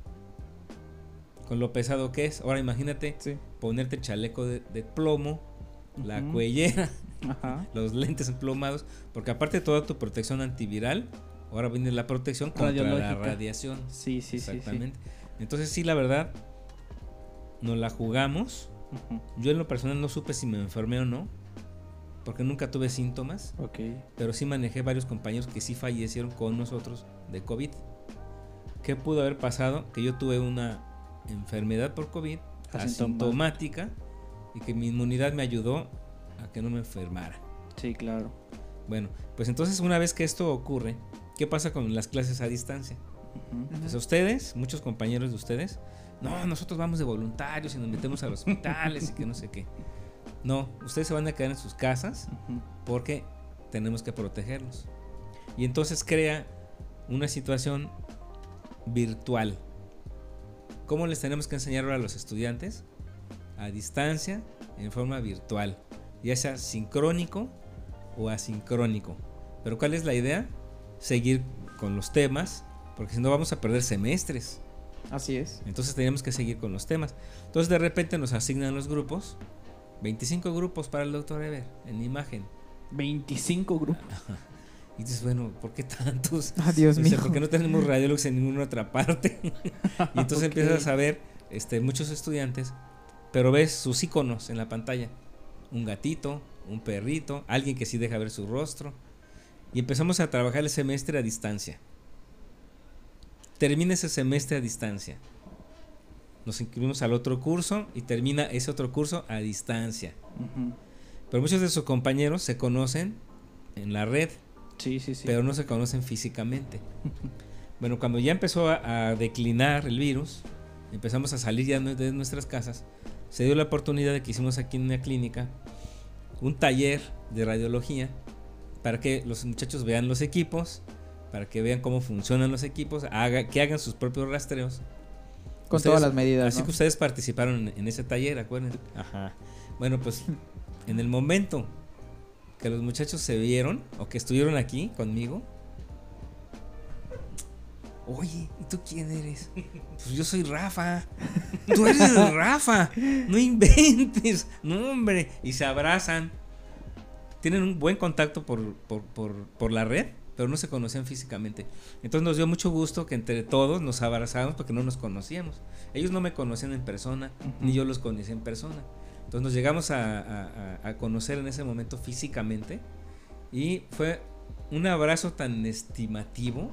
con lo pesado que es. Ahora imagínate ponerte el chaleco de plomo, la cuellera, los lentes emplomados, porque aparte de toda tu protección antiviral, ahora viene la protección contra la radiación. Sí. Exactamente. Entonces sí, la verdad, nos la jugamos. Yo en lo personal no supe si me enfermé o no, porque nunca tuve síntomas. Ok. Pero sí manejé varios compañeros que sí fallecieron con nosotros de COVID. ¿Qué pudo haber pasado? Que yo tuve una enfermedad por COVID asintomática y que mi inmunidad me ayudó a que no me enfermara. Sí, claro. Bueno, pues entonces una vez que esto ocurre, ¿qué pasa con las clases a distancia? Pues a ustedes, muchos compañeros de ustedes, no, nosotros vamos de voluntarios y nos metemos a los hospitales y que no sé qué. No, ustedes se van a quedar en sus casas porque tenemos que protegerlos. Y entonces crea una situación virtual. ¿Cómo les tenemos que enseñar ahora a los estudiantes? A distancia, en forma virtual, ya sea sincrónico o asincrónico. Pero ¿cuál es la idea? Seguir con los temas, porque si no vamos a perder semestres. Así es. Entonces tenemos que seguir con los temas. Entonces de repente nos asignan los grupos, 25 grupos para el doctor Eber en imagen. 25 grupos. Y dices, bueno, ¿por qué tantos? Dios mío. ¿Por qué no tenemos radiólogos en ninguna otra parte? Y entonces empiezas a ver muchos estudiantes, pero ves sus iconos en la pantalla. Un gatito, un perrito, alguien que sí deja ver su rostro. Y empezamos a trabajar el semestre a distancia. Termina ese semestre a distancia. Nos inscribimos al otro curso y termina ese otro curso a distancia. Pero muchos de sus compañeros se conocen en la red. Sí. Pero no se conocen físicamente. Bueno, cuando ya empezó a declinar el virus, empezamos a salir ya de nuestras casas, se dio la oportunidad de que hicimos aquí en una clínica un taller de radiología para que los muchachos vean los equipos, para que vean cómo funcionan los equipos, que hagan sus propios rastreos. Con Ustedes, todas las medidas, así ¿no? que ustedes participaron en ese taller, acuérdense. Ajá. Bueno, pues en el momento que los muchachos se vieron o que estuvieron aquí conmigo, oye, ¿y tú quién eres? Pues yo soy Rafa. Tú eres Rafa. No inventes. No, hombre. Y se abrazan. Tienen un buen contacto por la red, pero no se conocían físicamente. Entonces nos dio mucho gusto que entre todos nos abrazáramos porque no nos conocíamos. Ellos no me conocían en persona, ni yo los conocía en persona. Entonces nos llegamos a conocer en ese momento físicamente y fue un abrazo tan estimativo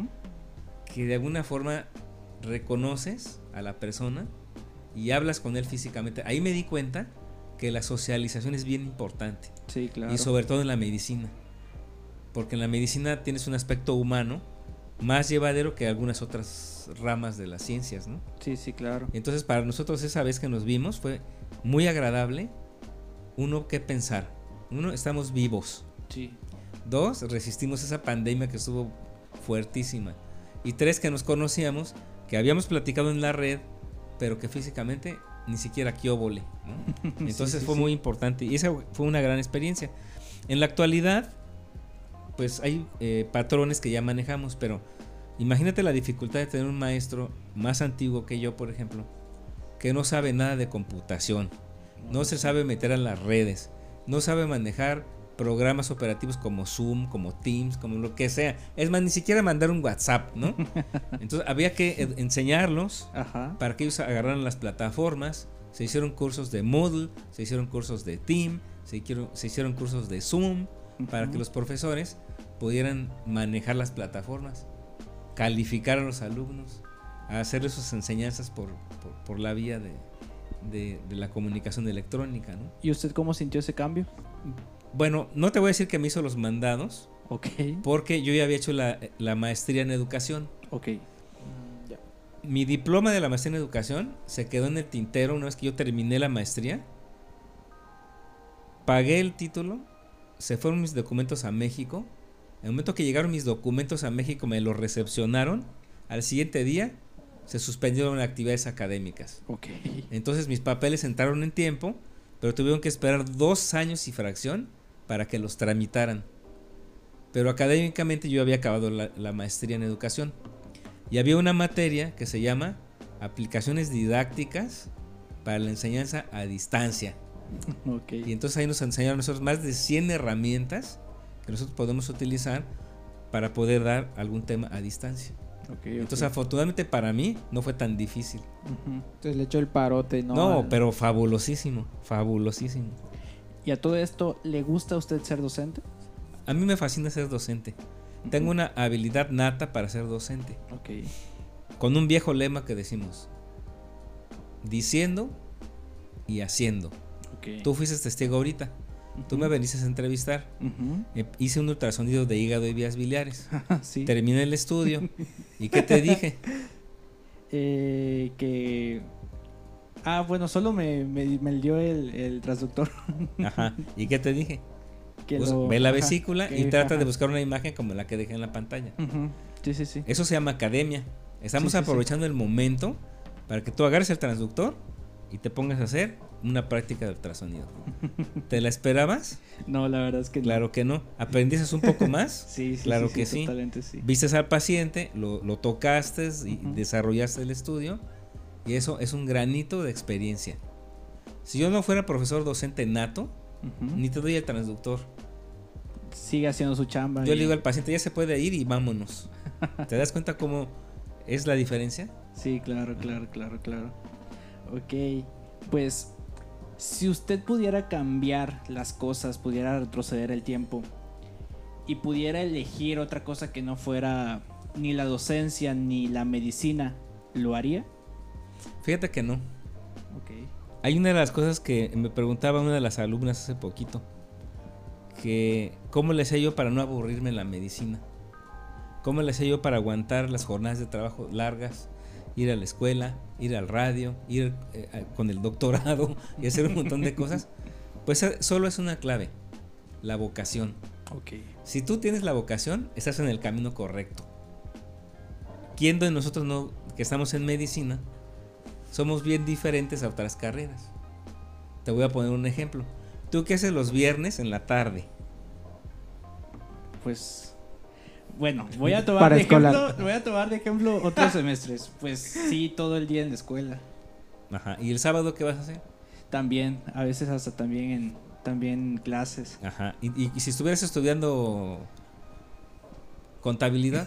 que de alguna forma reconoces a la persona y hablas con él físicamente. Ahí me di cuenta que la socialización es bien importante. Sí, claro. Y sobre todo en la medicina, porque en la medicina tienes un aspecto humano más llevadero que algunas otras ramas de las ciencias, ¿no? Sí, claro. Entonces para nosotros esa vez que nos vimos fue muy agradable. Uno, ¿qué pensar? Uno, estamos vivos. Sí. Dos, resistimos esa pandemia que estuvo fuertísima. Y tres, que nos conocíamos, que habíamos platicado en la red, pero que físicamente ni siquiera quióbole, ¿no? Entonces fue muy importante y esa fue una gran experiencia. En la actualidad, pues hay patrones que ya manejamos, pero imagínate la dificultad de tener un maestro más antiguo que yo, por ejemplo, que no sabe nada de computación, no se sabe meter a las redes, no sabe manejar programas operativos como Zoom, como Teams, como lo que sea. Es más, ni siquiera mandar un WhatsApp, ¿no? Entonces había que enseñarlos para que ellos agarraran las plataformas. Se hicieron cursos de Moodle, se hicieron cursos de Team, se hicieron cursos de Zoom para que los profesores pudieran manejar las plataformas, calificar a los alumnos, hacerles sus enseñanzas por la vía de la comunicación electrónica, ¿no? ¿Y usted cómo sintió ese cambio? Bueno, no te voy a decir que me hizo los mandados, Ok. porque yo ya había hecho la maestría en educación. Ok. Mi diploma de la maestría en educación se quedó en el tintero una vez que yo terminé la maestría. Pagué el título, se fueron mis documentos a México. En el momento que llegaron mis documentos a México me los recepcionaron. Al siguiente día se suspendieron las actividades académicas. Ok. Entonces mis papeles entraron en tiempo, pero tuvieron que esperar 2 años y fracción para que los tramitaran. Pero académicamente yo había acabado la maestría en educación. Y había una materia que se llama Aplicaciones Didácticas para la Enseñanza a Distancia. Okay. Y entonces ahí nos enseñaron nosotros más de 100 herramientas que nosotros podemos utilizar para poder dar algún tema a distancia. Entonces afortunadamente para mí no fue tan difícil. Entonces le echó el parote, ¿no? No, pero fabulosísimo, fabulosísimo. ¿Y a todo esto le gusta a usted ser docente? A mí me fascina ser docente. Tengo una habilidad nata para ser docente. Ok. con un viejo lema que decimos: diciendo y haciendo. Ok. Tú fuiste testigo ahorita. Tú me veniste a entrevistar. Hice un ultrasonido de hígado y vías biliares. Sí. Terminé el estudio. ¿Y qué te dije? Que... Ah, bueno, solo me dio el transductor. Ajá. ¿Y qué te dije? Que Pues, lo- ve la ajá, vesícula que- y trata ajá. de buscar una imagen como la que dejé en la pantalla. Ujú. Sí, sí, sí. Eso se llama academia. Estamos Sí, sí, aprovechando el momento para que tú agarres el transductor y te pongas a hacer una práctica de ultrasonido. ¿Te la esperabas? No, la verdad es que no. Claro que no. ¿Aprendiste un poco más? Sí, sí, Claro sí, que sí, sí. totalmente sí. Viste al paciente, lo tocaste y Ujú. desarrollaste el estudio, y eso es un granito de experiencia. Si yo no fuera profesor docente nato, Ujú. ni te doy el transductor. Sigue haciendo su chamba. Yo y- le digo al paciente: ya se puede ir y vámonos. ¿Te das cuenta cómo es la diferencia? Sí, claro, claro, claro, claro. Ok, pues si usted pudiera cambiar las cosas, pudiera retroceder el tiempo y pudiera elegir otra cosa que no fuera ni la docencia ni la medicina, ¿lo haría? Fíjate que no. Ok. Hay una de las cosas que me preguntaba una de las alumnas hace poquito, que cómo le hacía yo para no aburrirme en la medicina, cómo le hacía yo para aguantar las jornadas de trabajo largas, ir a la escuela, ir al radio, ir con el doctorado y hacer un montón de cosas. Pues solo es una clave: la vocación. Ok. Si tú tienes la vocación, estás en el camino correcto. ¿Quién de nosotros no, que estamos en medicina, somos bien diferentes a otras carreras? Te voy a poner un ejemplo. ¿Tú qué haces los viernes en la tarde? Pues bueno, voy a tomar Para de ejemplo, escolar. voy a tomar de ejemplo otros semestres. Pues sí, todo el día en la escuela. Ajá. ¿Y el sábado qué vas a hacer? También, a veces hasta también en clases. Ajá. ¿Y si estuvieras estudiando contabilidad?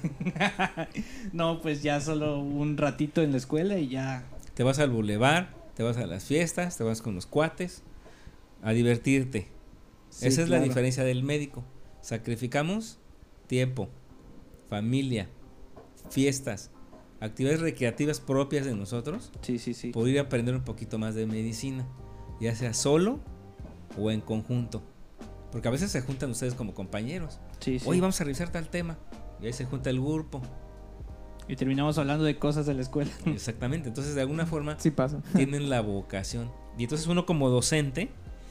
No, pues ya solo un ratito en la escuela y ya. Te vas al bulevar, te vas a las fiestas, te vas con los cuates a divertirte. Sí, Esa es la claro. diferencia del médico. Sacrificamos tiempo, familia, fiestas, actividades recreativas propias de nosotros Sí, sí, sí. por ir a aprender un poquito más de medicina, ya sea solo o en conjunto. Porque a veces se juntan ustedes como compañeros. Sí, sí. Hoy vamos a revisar tal tema. Y ahí se junta el grupo. Y terminamos hablando de cosas de la escuela. Exactamente. Entonces, de alguna forma, Sí pasa. tienen la vocación. Y entonces uno como docente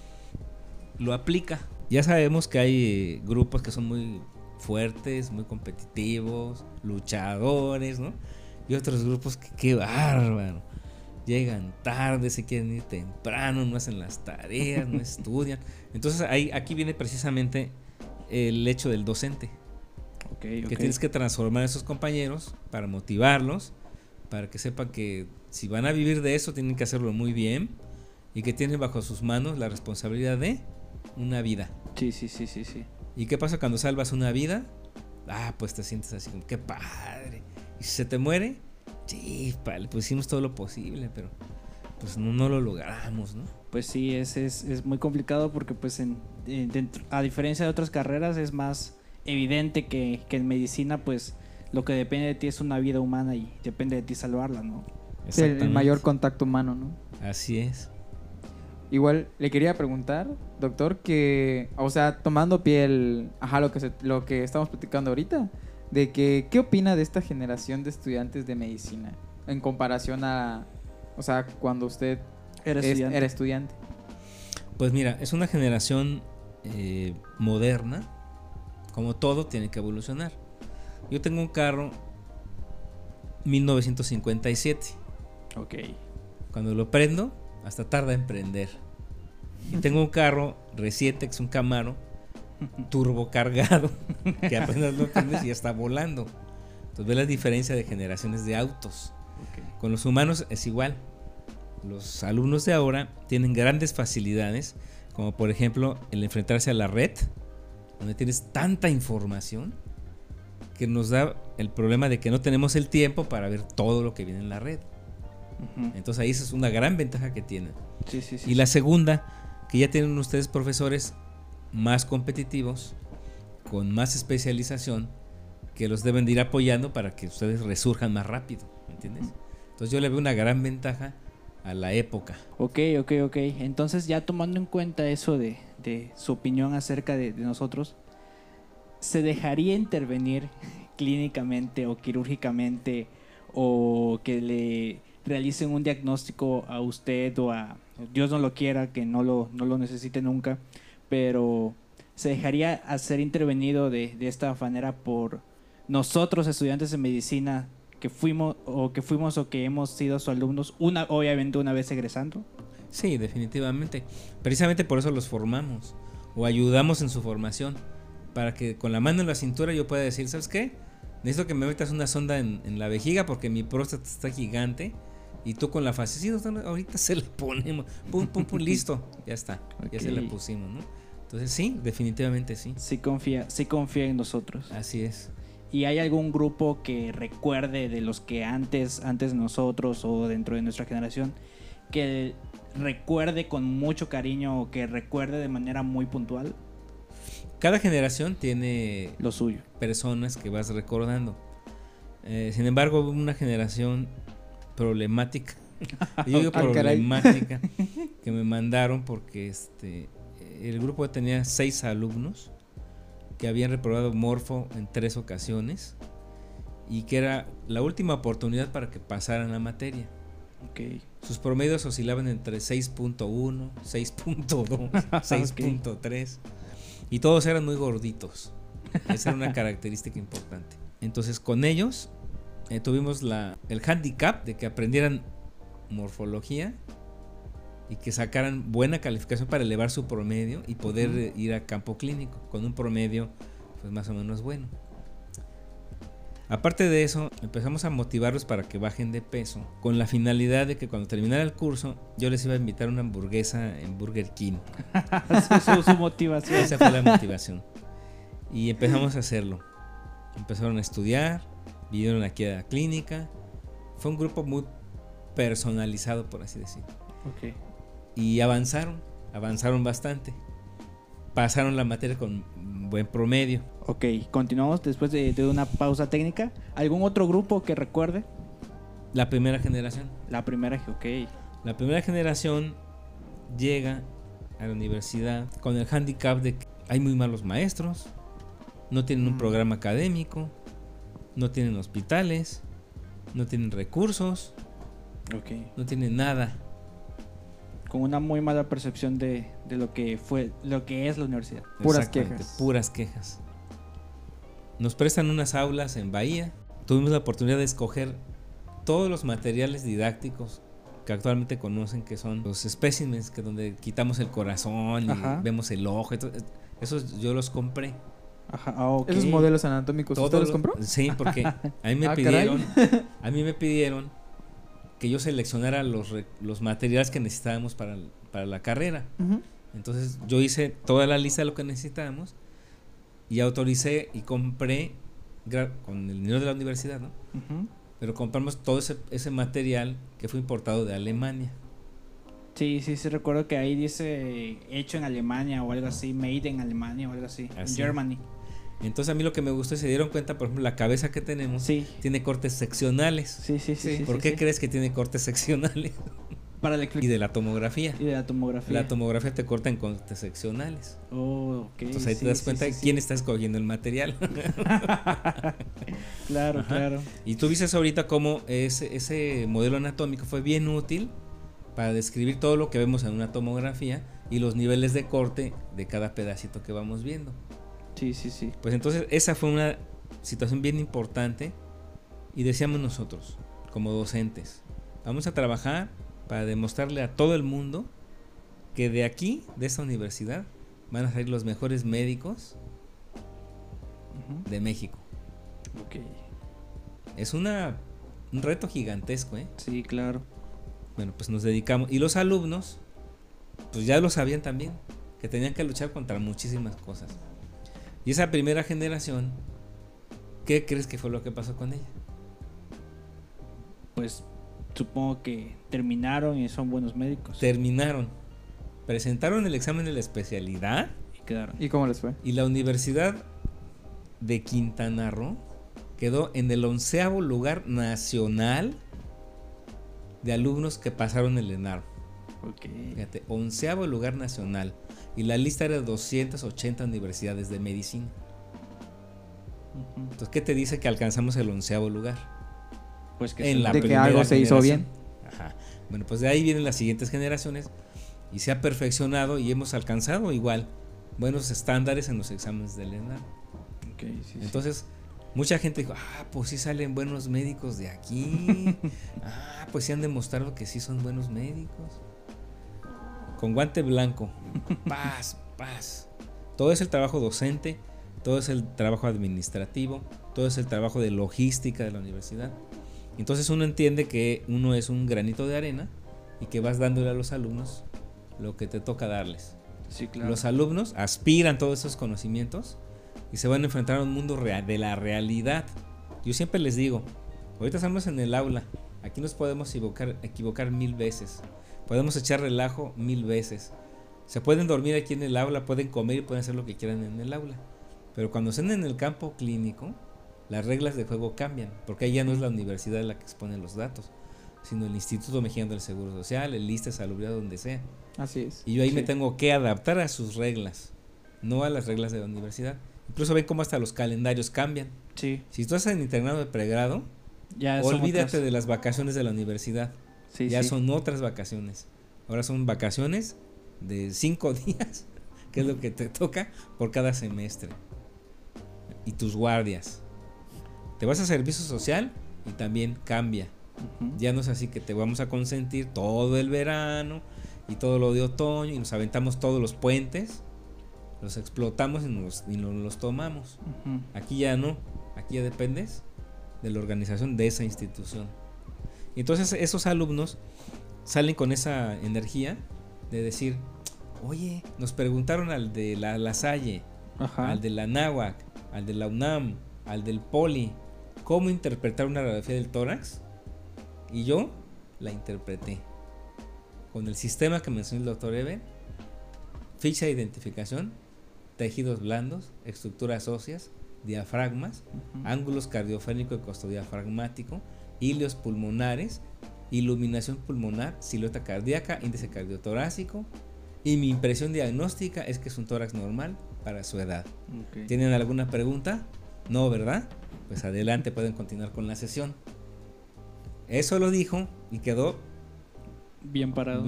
lo aplica. Ya sabemos que hay grupos que son muy fuertes, muy competitivos, luchadores, ¿no? Y otros grupos que qué bárbaro. Llegan tarde, se quieren ir temprano, no hacen las tareas, no estudian. Entonces aquí viene precisamente el hecho del docente. Ok, Que tienes que transformar a esos compañeros para motivarlos, para que sepan que si van a vivir de eso tienen que hacerlo muy bien y que tienen bajo sus manos la responsabilidad de una vida. Sí, sí, sí, sí, sí. ¿Y qué pasa cuando salvas una vida? Ah, pues te sientes así como, qué padre. Y si se te muere, sí, vale, pues hicimos todo lo posible, pero pues no lo logramos, ¿no? Pues sí, es muy complicado porque pues a diferencia de otras carreras es más evidente que en medicina pues lo que depende de ti es una vida humana y depende de ti salvarla, ¿no? Sí, el Exactamente. mayor contacto humano, ¿no? Así es. Igual le quería preguntar, doctor, que, o sea, tomando pie lo que estamos platicando ahorita, de que, ¿qué opina de esta generación de estudiantes de medicina en comparación a, o sea, cuando usted Era estudiante. era estudiante? Pues mira, es una generación moderna. Como todo, tiene que evolucionar. Yo tengo un carro 1957. Ok. Cuando lo prendo, hasta tarda en prender. Y tengo un carro reciente, que es un Camaro turbo cargado, que apenas lo prendes y ya está volando. Entonces ve la diferencia de generaciones de autos. Ok. Con los humanos es igual. Los alumnos de ahora tienen grandes facilidades, como por ejemplo el enfrentarse a la red, donde tienes tanta información que nos da el problema de que no tenemos el tiempo para ver todo lo que viene en la red. Ujú. Entonces ahí esa es una gran ventaja que tienen. Sí, sí, sí. Y la segunda, que ya tienen ustedes profesores más competitivos, con más especialización, que los deben de ir apoyando para que ustedes resurjan más rápido. entiendes? Entonces yo le veo una gran ventaja a la época. Ok. Entonces, ya tomando en cuenta eso de su opinión acerca de nosotros, ¿se dejaría intervenir clínicamente o quirúrgicamente, o que le realicen un diagnóstico a usted o a Dios no lo quiera, que no lo necesite nunca, pero se dejaría hacer intervenido de esta manera por nosotros, estudiantes de medicina, que fuimos o que hemos sido sus alumnos, obviamente una vez egresando? Sí, definitivamente. Precisamente por eso los formamos o ayudamos en su formación, para que con la mano en la cintura yo pueda decir, ¿sabes qué? Necesito que me metas una sonda en la vejiga porque mi próstata está gigante, y tú con la facilidad, sí, ahorita se la ponemos, pum, listo, ya está, ya se la pusimos, ¿no? Entonces sí, definitivamente sí. Sí confía en nosotros. Así es. ¿Y hay algún grupo que recuerde de los que antes de nosotros o dentro de nuestra generación, que recuerde con mucho cariño o que recuerde de manera muy puntual? Cada generación tiene lo suyo, personas que vas recordando. Sin embargo, hubo una generación problemática. Yo digo problemática, que me mandaron porque el grupo tenía 6 alumnos que habían reprobado morfo en 3 ocasiones y que era la última oportunidad para que pasaran la materia. Okay. Sus promedios oscilaban entre 6.1, 6.2, 6.3 y todos eran muy gorditos. Esa era una característica importante. Entonces con ellos tuvimos el handicap de que aprendieran morfología y que sacaran buena calificación para elevar su promedio y poder ir a campo clínico con un promedio pues más o menos bueno. Aparte de eso, empezamos a motivarlos para que bajen de peso, con la finalidad de que cuando terminara el curso yo les iba a invitar una hamburguesa en Burger King. su motivación. Esa fue la motivación. Y empezamos a hacerlo. Empezaron a estudiar, vinieron aquí a la clínica. Fue un grupo muy personalizado, por así decirlo. Okay. Y avanzaron bastante. Pasaron la materia con buen promedio. Ok, continuamos después de una pausa técnica. ¿Algún otro grupo que recuerde? La primera generación. La primera generación llega a la universidad con el handicap de que hay muy malos maestros, no tienen un programa académico, no tienen hospitales, no tienen recursos, no tienen nada. Con una muy mala percepción de lo que es la universidad. Puras quejas. Nos prestan unas aulas en Bahía. Tuvimos la oportunidad de escoger todos los materiales didácticos que actualmente conocen, que son los espécimes, que donde quitamos el corazón y vemos el ojo. Esos yo los compré. Okay. ¿Esos modelos anatómicos usted los compró? Sí, porque a mí me pidieron que yo seleccionara los materiales que necesitábamos para la carrera. Entonces yo hice toda la lista de lo que necesitábamos y autoricé y compré con el dinero de la universidad, ¿no? Pero compramos todo ese material que fue importado de Alemania. Sí, recuerdo que ahí dice hecho en Alemania o algo así, made in Alemania o algo así. En Germany. Entonces a mí lo que me gustó, se dieron cuenta, por ejemplo, la cabeza que tenemos tiene cortes seccionales. Sí. ¿Por qué crees que tiene cortes seccionales? Y de la tomografía. La tomografía te corta en cortes seccionales. Entonces ahí te das cuenta de quién está escogiendo el material. Claro. Y tú dices ahorita cómo ese modelo anatómico fue bien útil para describir todo lo que vemos en una tomografía y los niveles de corte de cada pedacito que vamos viendo. Sí. Pues entonces esa fue una situación bien importante y decíamos nosotros, como docentes, vamos a trabajar para demostrarle a todo el mundo que de aquí, de esta universidad, van a salir los mejores médicos de México. Es un reto gigantesco, ¿eh? Sí, claro. Bueno, pues nos dedicamos. Y los alumnos, pues ya lo sabían también, que tenían que luchar contra muchísimas cosas. Y esa primera generación, ¿qué crees que fue lo que pasó con ella? Pues supongo que terminaron y son buenos médicos. Presentaron el examen de la especialidad y quedaron. ¿Y cómo les fue? Y la Universidad de Quintana Roo quedó en el 11º lugar nacional de alumnos que pasaron el ENARM. Ok. Fíjate, 11º lugar nacional. Y la lista era de 280 universidades de medicina. Entonces, ¿qué te dice que alcanzamos el 11º lugar? Pues que de que algo se hizo bien. Ajá. Bueno, pues de ahí vienen las siguientes generaciones y se ha perfeccionado y hemos alcanzado igual buenos estándares en los exámenes del ENARM. Okay, sí, entonces, mucha gente dijo, pues sí salen buenos médicos de aquí. Pues sí han demostrado que sí son buenos médicos. Con guante blanco. Paz. Todo es el trabajo docente, todo es el trabajo administrativo, todo es el trabajo de logística de la universidad. Entonces uno entiende que uno es un granito de arena y que vas dándole a los alumnos lo que te toca darles. Sí, claro. Los alumnos aspiran todos esos conocimientos y se van a enfrentar a un mundo real, de la realidad. Yo siempre les digo, ahorita estamos en el aula, aquí nos podemos equivocar 1000 veces, podemos echar relajo 1000 veces, se pueden dormir aquí en el aula, pueden comer y pueden hacer lo que quieran en el aula, pero cuando estén en el campo clínico, las reglas de juego cambian, porque ahí ya no es la universidad la que expone los datos, sino el Instituto Mexicano del Seguro Social, el ISSSTE, Salubridad, donde sea. Así es. Y yo ahí me tengo que adaptar a sus reglas, no a las reglas de la universidad. Incluso ven cómo hasta los calendarios cambian. Sí. Si tú estás en internado de pregrado, ya olvídate de las vacaciones de la universidad. Sí, ya son otras vacaciones. Ahora son vacaciones de 5 días, que es lo que te toca por cada semestre. Y tus guardias. Te vas a servicio social y también cambia. Ya no es así que te vamos a consentir todo el verano y todo lo de otoño y nos aventamos todos los puentes, los explotamos y nos los tomamos. Aquí ya no, aquí ya dependes de la organización de esa institución. Y entonces esos alumnos salen con esa energía de decir, oye, nos preguntaron al de la Salle, al de la Anáhuac, al de la UNAM, al del Poli, cómo interpretar una radiografía del tórax, y yo la interpreté con el sistema que mencionó el doctor Eben: ficha de identificación, tejidos blandos, estructuras óseas, diafragmas, ángulos cardiofrénico y costodiafragmático, hilios pulmonares, iluminación pulmonar, silueta cardíaca, índice cardiotorácico, y mi impresión diagnóstica es que es un tórax normal para su edad. ¿Tienen alguna pregunta? No, ¿verdad? Pues adelante, pueden continuar con la sesión. Eso lo dijo y quedó bien parado.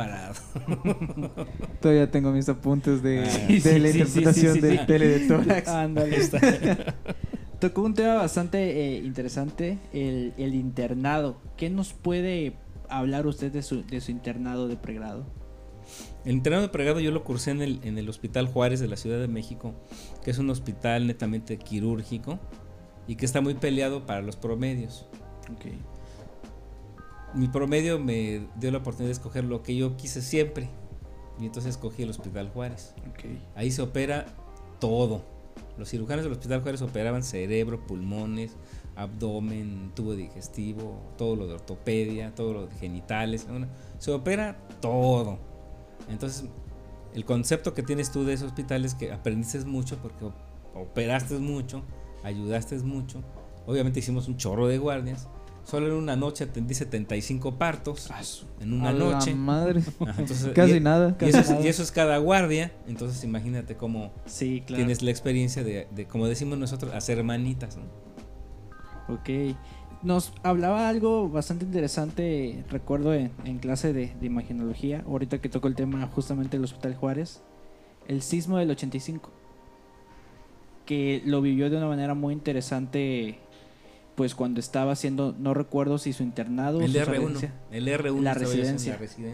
Todavía tengo mis apuntes de la interpretación del tele de tórax. Ándale. Tocó un tema bastante interesante, el internado. ¿Qué nos puede hablar usted de su internado de pregrado? El internado de pregrado yo lo cursé en el Hospital Juárez de la Ciudad de México, que es un hospital netamente quirúrgico y que está muy peleado para los promedios. Mi promedio me dio la oportunidad de escoger lo que yo quise siempre, y entonces escogí el Hospital Juárez. Ahí se opera todo. Los cirujanos del Hospital Juárez operaban cerebro, pulmones, abdomen, tubo digestivo, todo lo de ortopedia, todo lo de genitales. Bueno, se opera todo. Entonces, el concepto que tienes tú de ese hospital es que aprendiste mucho porque operaste mucho, ayudaste mucho. Obviamente hicimos un chorro de guardias. Solo en una noche atendí 75 partos. En una noche. Madre. Entonces, casi nada. Y eso es cada guardia. Entonces imagínate cómo tienes la experiencia de, como decimos nosotros, hacer manitas, ¿no? Ok. Nos hablaba algo bastante interesante, recuerdo en clase de imagenología, ahorita que tocó el tema justamente del Hospital Juárez, el sismo del 85, que lo vivió de una manera muy interesante, pues cuando estaba haciendo, no recuerdo si su internado o su R1, el R1, la residencia.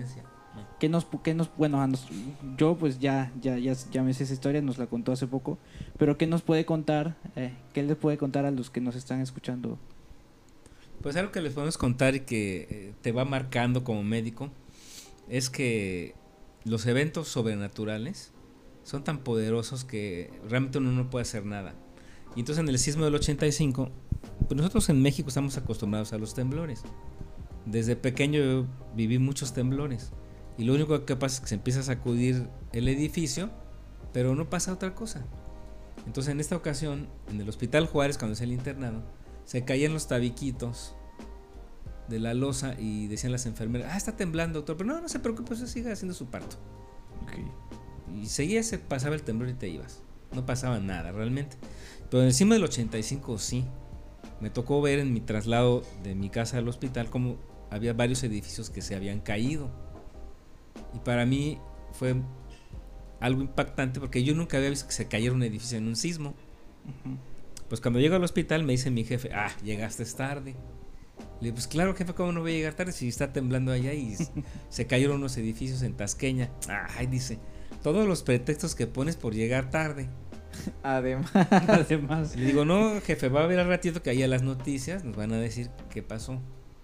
Bueno, yo pues ya me sé esa historia, nos la contó hace poco, pero ¿qué nos puede contar? ¿Qué les puede contar a los que nos están escuchando? Pues algo que les podemos contar y que te va marcando como médico es que los eventos sobrenaturales son tan poderosos que realmente uno no puede hacer nada. Y entonces en el sismo del 85, pues nosotros en México estamos acostumbrados a los temblores. Desde pequeño yo viví muchos temblores y lo único que pasa es que se empieza a sacudir el edificio, pero no pasa otra cosa. Entonces en esta ocasión, en el Hospital Juárez, cuando es el internado, se caían los tabiquitos de la losa y decían las enfermeras, está temblando, doctor, pero no se preocupe, usted siga haciendo su parto. Okay. Y seguía, se pasaba el temblor y te ibas. No pasaba nada realmente. Pero encima del 85 sí. Me tocó ver en mi traslado de mi casa al hospital cómo había varios edificios que se habían caído. Y para mí fue algo impactante porque yo nunca había visto que se cayera un edificio en un sismo. Uh-huh. Pues cuando llego al hospital me dice mi jefe, llegaste tarde. Le digo, pues claro, jefe, ¿cómo no voy a llegar tarde si está temblando allá y se cayeron unos edificios en Tasqueña? Dice, todos los pretextos que pones por llegar tarde. Además. Le digo, no, jefe, va a haber al ratito que haya las noticias, nos van a decir qué pasó.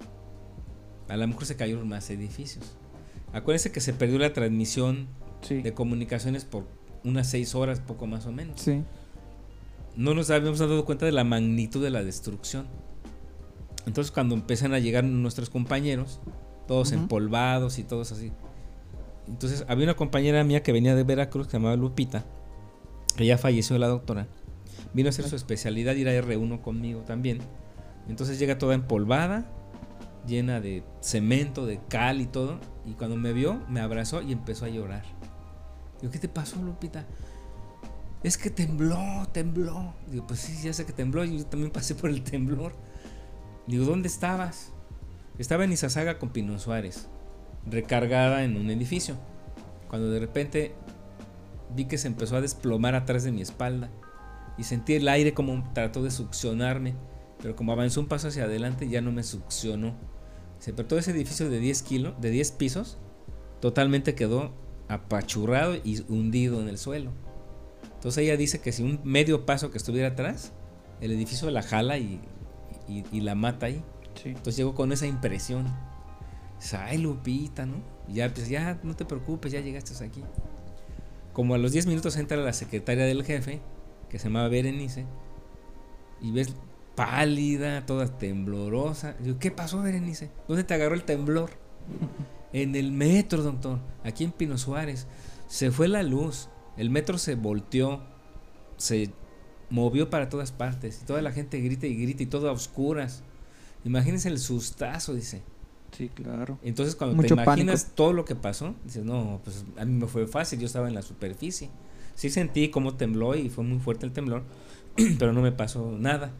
A lo mejor se cayeron más edificios. Acuérdense que se perdió la transmisión de comunicaciones por unas 6 horas, poco más o menos. Sí. No nos habíamos dado cuenta de la magnitud de la destrucción. Entonces cuando empiezan a llegar nuestros compañeros, todos empolvados y todos así. Entonces había una compañera mía que venía de Veracruz, que se llamaba Lupita, que ya falleció, la doctora. Vino a hacer su especialidad y era R1 conmigo también. Entonces llega toda empolvada, llena de cemento, de cal y todo. Y cuando me vio, me abrazó y empezó a llorar. Digo, ¿qué te pasó, Lupita? Es que tembló. Digo, pues sí, ya sé que tembló. Yo también pasé por el temblor. Digo, ¿dónde estabas? Estaba en Izazaga con Pino Suárez, recargada en un edificio. Cuando de repente vi que se empezó a desplomar atrás de mi espalda y sentí el aire como trató de succionarme, pero como avanzó un paso hacia adelante ya no me succionó. Pero todo ese edificio de 10 pisos totalmente quedó apachurrado y hundido en el suelo. Entonces ella dice que si un medio paso que estuviera atrás, el edificio la jala y la mata ahí. Sí. Entonces llegó con esa impresión. Dice, ay, Lupita, ¿no? Y ya, pues ya no te preocupes, ya llegaste aquí. Como a los 10 minutos entra la secretaria del jefe, que se llamaba Berenice, y ves pálida, toda temblorosa. Digo, ¿qué pasó, Berenice? ¿Dónde te agarró el temblor? En el metro, doctor, aquí en Pino Suárez. Se fue la luz, el metro se volteó, se movió para todas partes, y toda la gente grita y grita y todo a oscuras. Imagínense el sustazo, dice. Sí, claro. Entonces cuando Mucho te imaginas pánico. todo lo que pasó, dices, no, pues a mí me fue fácil, yo estaba en la superficie. Sí sentí cómo tembló y fue muy fuerte el temblor, pero no me pasó nada.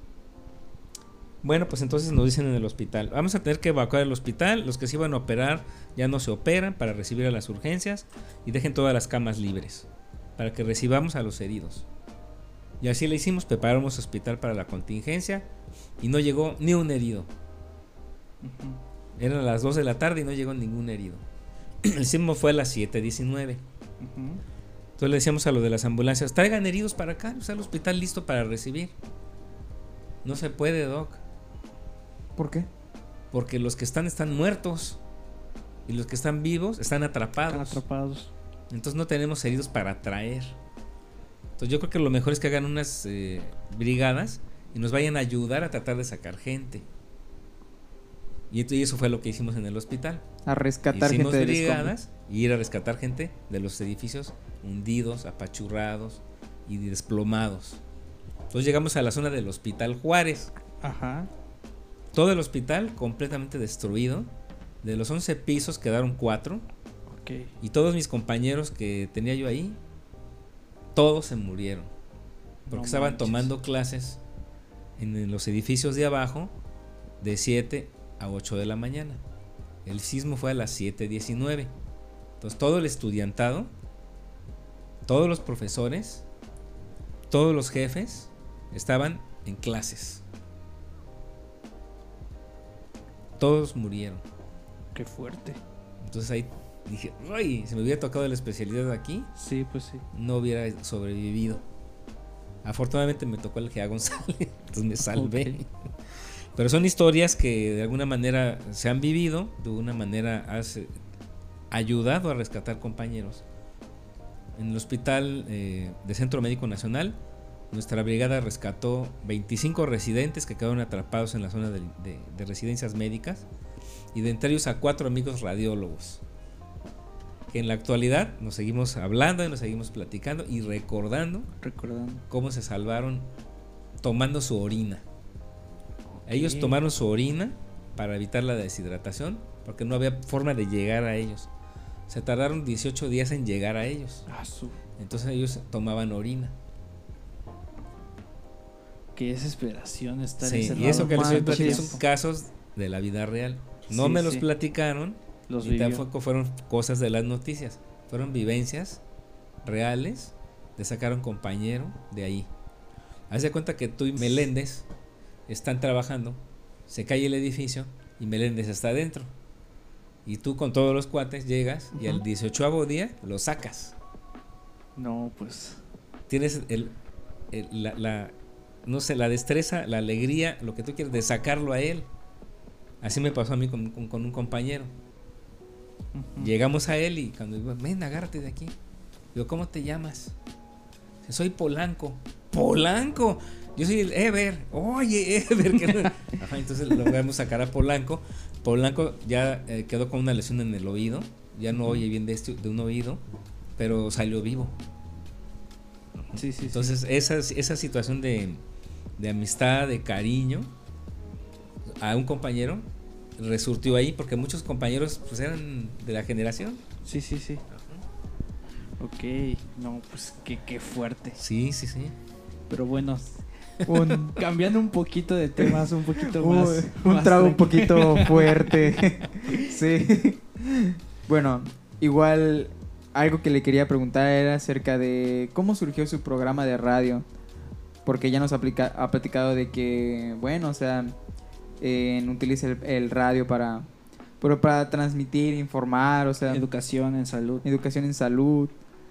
Bueno, pues entonces nos dicen en el hospital, vamos a tener que evacuar el hospital, los que se iban a operar ya no se operan para recibir a las urgencias y dejen todas las camas libres para que recibamos a los heridos. Y así le hicimos, preparamos el hospital para la contingencia y no llegó ni un herido. Eran las 2 de la tarde y no llegó ningún herido. El sismo fue a las 7:19. Entonces le decíamos a los de las ambulancias, traigan heridos para acá, o sea, el hospital listo para recibir. No se puede, doc. ¿Por qué? Porque los que están muertos y los que están vivos están atrapados. Entonces no tenemos heridos para traer. Entonces yo creo que lo mejor es que hagan unas brigadas y nos vayan a ayudar a tratar de sacar gente. Y eso fue lo que hicimos en el hospital. A rescatar hicimos gente brigadas y ir a rescatar gente de los edificios hundidos, apachurrados y desplomados. Entonces llegamos a la zona del Hospital Juárez. Ajá. Todo el hospital completamente destruido. De los 11 pisos quedaron 4. Okay. Y todos mis compañeros que tenía yo ahí, todos se murieron. Porque estaban tomando clases en los edificios de abajo de 7 a 8 de la mañana. El sismo fue a las 7:19. Entonces todo el estudiantado, todos los profesores, todos los jefes estaban en clases. Todos murieron. Qué fuerte. Entonces ahí dije, ¡ay! Si me hubiera tocado la especialidad de aquí, sí, pues sí, no hubiera sobrevivido. Afortunadamente me tocó el Gea González, entonces me salvé. Okay. Pero son historias que de alguna manera se han vivido, de alguna manera has ayudado a rescatar compañeros. En el hospital de Centro Médico Nacional, nuestra brigada rescató 25 residentes que quedaron atrapados en la zona de residencias médicas, y de entre ellos a 4 amigos radiólogos, que en la actualidad nos seguimos hablando y nos seguimos platicando y recordando cómo se salvaron tomando su orina. Ellos tomaron su orina para evitar la deshidratación, porque no había forma de llegar a ellos. Se tardaron 18 días en llegar a ellos. Entonces ellos tomaban orina. Qué desesperación estar Sí, encerrado. y eso que les estoy tanto platicando tiempo. son casos de la vida real. No Sí, me los sí. platicaron, Los y vivió. tampoco fueron cosas de las noticias. Fueron vivencias reales de sacar a un compañero de ahí. Haz de cuenta que tú y Meléndez están trabajando, se cae el edificio y Meléndez está adentro. Y tú con todos los cuates llegas y al 18º día lo sacas. No, pues. Tienes no sé, la destreza, la alegría, lo que tú quieres de sacarlo a él. Así me pasó a mí con un compañero. Llegamos a él y cuando digo, ven, agárrate de aquí. Digo, ¿cómo te llamas? Dice, soy Polanco. ¡Polanco! Yo soy el Ever. Oye, Ever. Ajá, entonces lo vamos a sacar a Polanco. Polanco ya quedó con una lesión en el oído. Ya no oye bien de un oído, pero salió vivo. Sí, sí, Entonces esa situación de amistad, de cariño a un compañero resurtió ahí, porque muchos compañeros pues eran de la generación. Sí, sí, sí. Ok, no, pues qué fuerte. Sí, sí, sí. Pero bueno, cambiando un poquito de temas, un poquito Uy, más. un más trago un tranquilo. poquito fuerte. Sí. Bueno, igual algo que le quería preguntar era acerca de cómo surgió su programa de radio. Porque ya nos ha platicado de que, bueno, o sea, utiliza el radio para transmitir, informar, o sea, Educación en salud. educación en salud.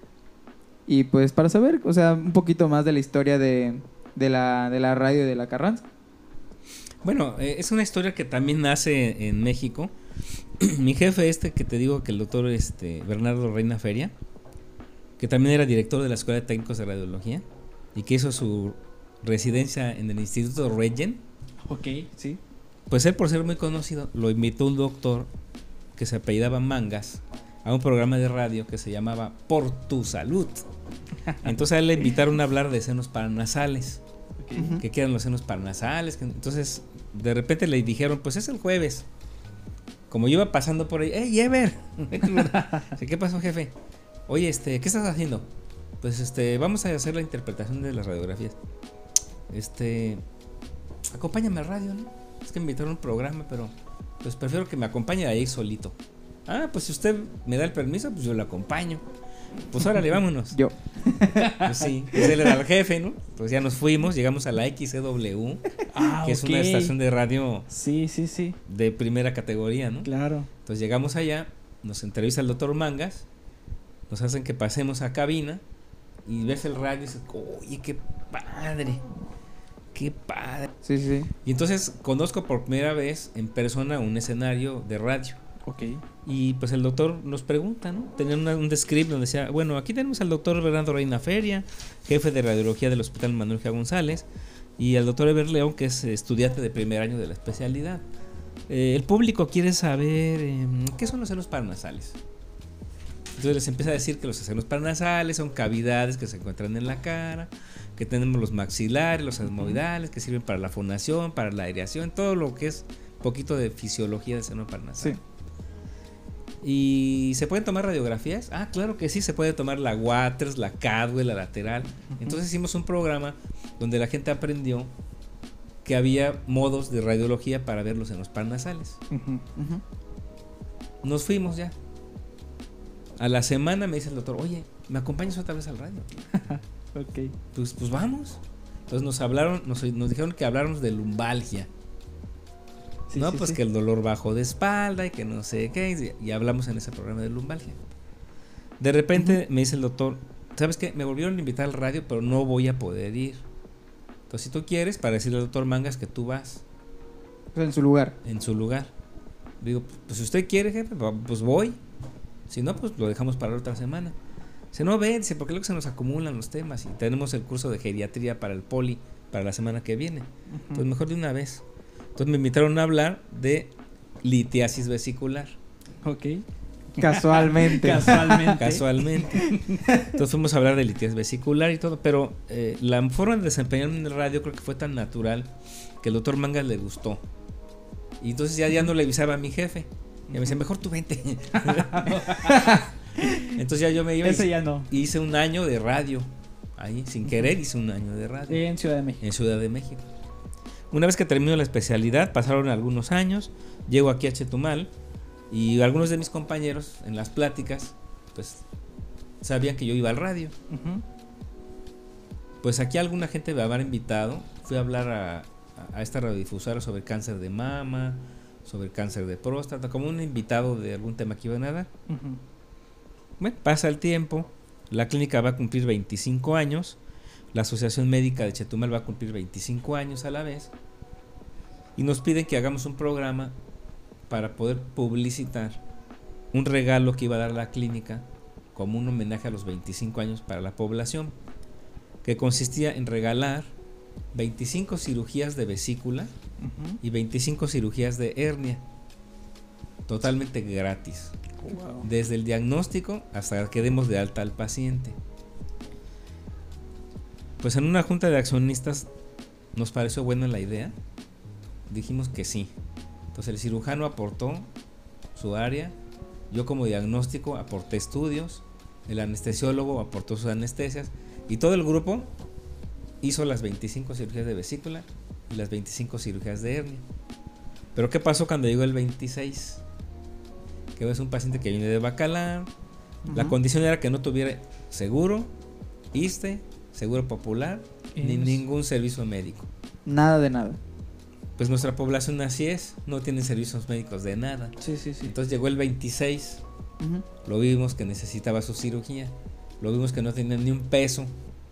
Y pues para saber, o sea, un poquito más de la historia de la radio de la Carranza. Bueno, es una historia que también nace en México. Mi jefe que te digo, que el doctor Bernardo Reina Feria, que también era director de la Escuela de Técnicos de Radiología y que hizo su residencia en el Instituto Regen. Ok, sí. Pues él, por ser muy conocido, lo invitó un doctor que se apellidaba Mangas a un programa de radio que se llamaba Por tu Salud. Entonces a él le invitaron a hablar de senos paranasales. Okay. Que quedan los senos paranasales. Entonces de repente le dijeron, pues es el jueves. Como yo iba pasando por ahí, ¡hey, Ever! ¿Qué pasó, jefe? Oye, ¿qué estás haciendo? Pues vamos a hacer la interpretación de las radiografías. Acompáñame al radio, ¿no? Es que me invitaron a un programa, pero pues prefiero que me acompañe ahí solito. Ah, pues si usted me da el permiso, pues yo lo acompaño. Pues órale, vámonos. Yo. Pues sí, pues él era el jefe, ¿no? Pues ya nos fuimos, llegamos a la XCW, que es una estación de radio Sí, sí, sí. de primera categoría, ¿no? Claro. Entonces llegamos allá, nos entrevista el doctor Mangas, nos hacen que pasemos a cabina y ves el radio y dices, oye, qué padre, qué padre. Sí, sí. Y entonces conozco por primera vez en persona un escenario de radio. Ok. Y pues el doctor nos pregunta, ¿no? Tenían un script donde decía, bueno, aquí tenemos al doctor Bernardo Reina Feria, jefe de radiología del Hospital Manuel G. González, y al doctor Eber León, que es estudiante de primer año de la especialidad. El público quiere saber qué son los senos paranasales. Entonces les empieza a decir que los senos paranasales son cavidades que se encuentran en la cara, que tenemos los maxilares, los asmoidales, que sirven para la fonación, para la aireación, todo lo que es poquito de fisiología del seno paranasal. Sí. ¿Y se pueden tomar radiografías? Ah, claro que sí, se puede tomar la Waters, la Cadwell, la lateral. Entonces hicimos un programa donde la gente aprendió que había modos de radiología para ver los senos paranasales. Nos fuimos ya. A la semana me dice el doctor, oye, ¿me acompañas otra vez al radio? Ok. Pues vamos. Entonces nos dijeron que habláramos de lumbalgia. Sí, No, sí, pues sí. que el dolor bajo de espalda y que no sé qué. Y hablamos en ese programa de lumbalgia. De repente me dice el doctor, ¿sabes qué? Me volvieron a invitar al radio, pero no voy a poder ir. Entonces, si tú quieres, para decirle al doctor Mangas que tú vas O sea, en su lugar. en su lugar. Digo, pues si usted quiere, jefe, pues voy. Si no, pues lo dejamos para la otra semana. Dice, no, ve, dice, porque luego se nos acumulan los temas y tenemos el curso de geriatría para el poli para la semana que viene. Entonces, mejor de una vez. Entonces me invitaron a hablar de litiasis vesicular. Ok. Casualmente. Casualmente. Entonces fuimos a hablar de litiasis vesicular y todo, pero la forma de desempeñarme en el radio creo que fue tan natural que el doctor Mangas le gustó. Y entonces ya no le avisaba a mi jefe. Y me decía, mejor tú vente. Entonces ya yo me iba. Ese ya no. Y hice un año de radio. Ahí, sin querer, hice un año de radio. En Ciudad de México. En Ciudad de México. Una vez que termino la especialidad, pasaron algunos años, llego aquí a Chetumal y algunos de mis compañeros en las pláticas, pues sabían que yo iba al radio. Pues aquí alguna gente me había invitado, fui a hablar a esta radiodifusora sobre cáncer de mama, sobre cáncer de próstata, como un invitado de algún tema que iban a dar. Bueno, pasa el tiempo, la clínica va a cumplir 25 años, la Asociación Médica de Chetumal va a cumplir 25 años a la vez, y nos piden que hagamos un programa para poder publicitar un regalo que iba a dar la clínica como un homenaje a los 25 años para la población, que consistía en regalar 25 cirugías de vesícula y 25 cirugías de hernia, totalmente gratis. Wow. Desde el diagnóstico hasta que demos de alta al paciente. Pues en una junta de accionistas nos pareció buena la idea. Dijimos que sí. Entonces el cirujano aportó su área, yo como diagnóstico aporté estudios, el anestesiólogo aportó sus anestesias y todo el grupo hizo las 25 cirugías de vesícula y las 25 cirugías de hernia. Pero ¿qué pasó cuando llegó el 26? Que es un paciente que viene de Bacalar. La condición era que no tuviera seguro, ISSSTE, seguro popular, ni ningún servicio médico. Nada de nada. Pues nuestra población así es, no tienen servicios médicos de nada. Sí. Entonces llegó el 26, lo vimos que necesitaba su cirugía, lo vimos que no tenía ni un peso.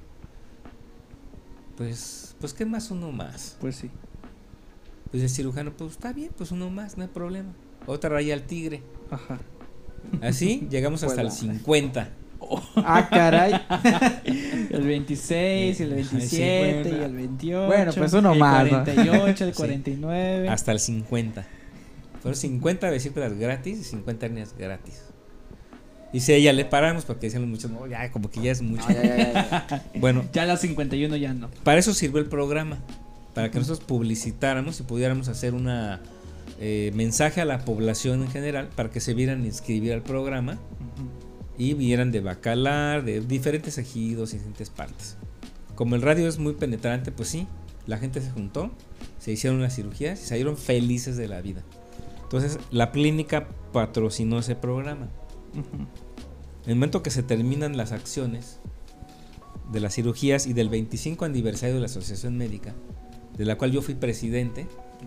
Pues ¿qué más? Uno más. Pues sí. Pues el cirujano, pues está bien, pues uno más, no hay problema. Otra raya al tigre. Ajá. Así llegamos hasta el 50. Ah, caray. El 26, el 27 y el 28. Bueno, pues uno más, el ¿no? 48, el Sí. 49. Hasta el 50. Fueron 50 vesículas gratis y 50 hernias gratis. Y si a ella le paramos porque decían muchos, no, ya como que ya es mucho. Bueno, Ya las 51 ya no. para eso sirvió el programa, para que nosotros publicitáramos y pudiéramos hacer una mensaje a la población en general para que se vieran inscribir al programa y vieran de Bacalar, de diferentes ejidos y diferentes partes. Como el radio es muy penetrante, pues sí, la gente se juntó, se hicieron las cirugías y salieron felices de la vida. Entonces la clínica patrocinó ese programa. En el momento que se terminan las acciones de las cirugías y del 25 aniversario de la Asociación Médica, de la cual yo fui presidente,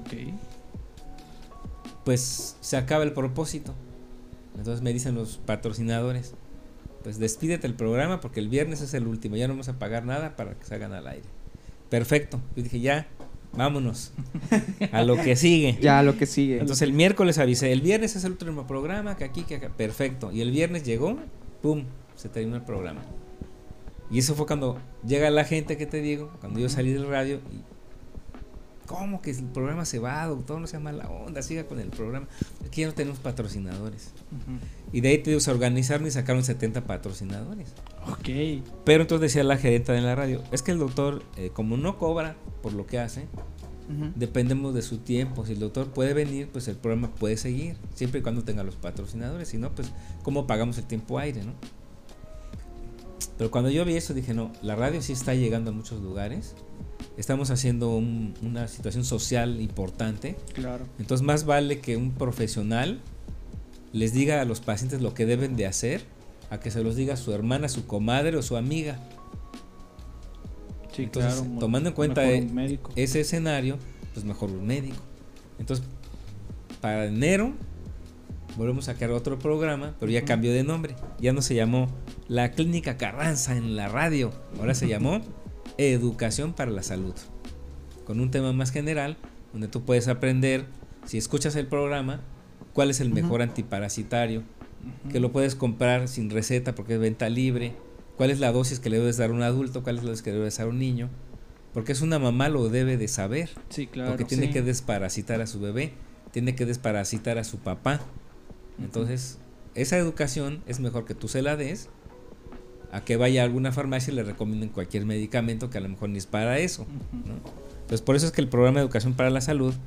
pues se acaba el propósito. Entonces me dicen los patrocinadores, pues despídete el programa porque el viernes es el último, ya no vamos a pagar nada para que salgan al aire. Perfecto, yo dije ya, vámonos a lo que sigue. Ya, a lo que sigue. Entonces el miércoles avisé, el viernes es el último programa, que aquí, que acá, perfecto. Y el viernes llegó, pum, se terminó el programa. Y eso fue cuando llega la gente que te digo, cuando yo salí del radio y ¿cómo que el programa se va, doctor? No sea mala onda, siga con el programa. Aquí ya no tenemos patrocinadores. Y de ahí te digo, se organizaron y sacaron 70 patrocinadores. Ok. Pero entonces decía la gerenta de la radio, es que el doctor, como no cobra por lo que hace, dependemos de su tiempo. Si el doctor puede venir, pues el programa puede seguir, siempre y cuando tenga los patrocinadores. Si no, pues ¿cómo pagamos el tiempo aire, no? Pero cuando yo vi eso dije, no, la radio sí está llegando a muchos lugares. Estamos haciendo una situación social importante. Claro. Entonces más vale que un profesional les diga a los pacientes lo que deben de hacer, a que se los diga su hermana, su comadre o su amiga. Sí, Entonces, claro. tomando en cuenta Un médico. ese escenario, pues mejor un médico. Entonces, para enero volvemos a crear otro programa, pero ya cambió de nombre. Ya no se llamó La Clínica Carranza en la radio, ahora se llamó Educación para la Salud, con un tema más general, donde tú puedes aprender, si escuchas el programa, cuál es el mejor antiparasitario, que lo puedes comprar sin receta porque es venta libre, cuál es la dosis que le debes dar a un adulto, cuál es la dosis que le debes dar a un niño, porque es una mamá lo debe de saber, Sí, claro. porque tiene sí. que desparasitar a su bebé, tiene que desparasitar a su papá. Entonces, esa educación es mejor que tú se la des a que vaya a alguna farmacia y le recomienden cualquier medicamento que a lo mejor ni es para eso, ¿no? Entonces, por eso es que el programa de Educación para la Salud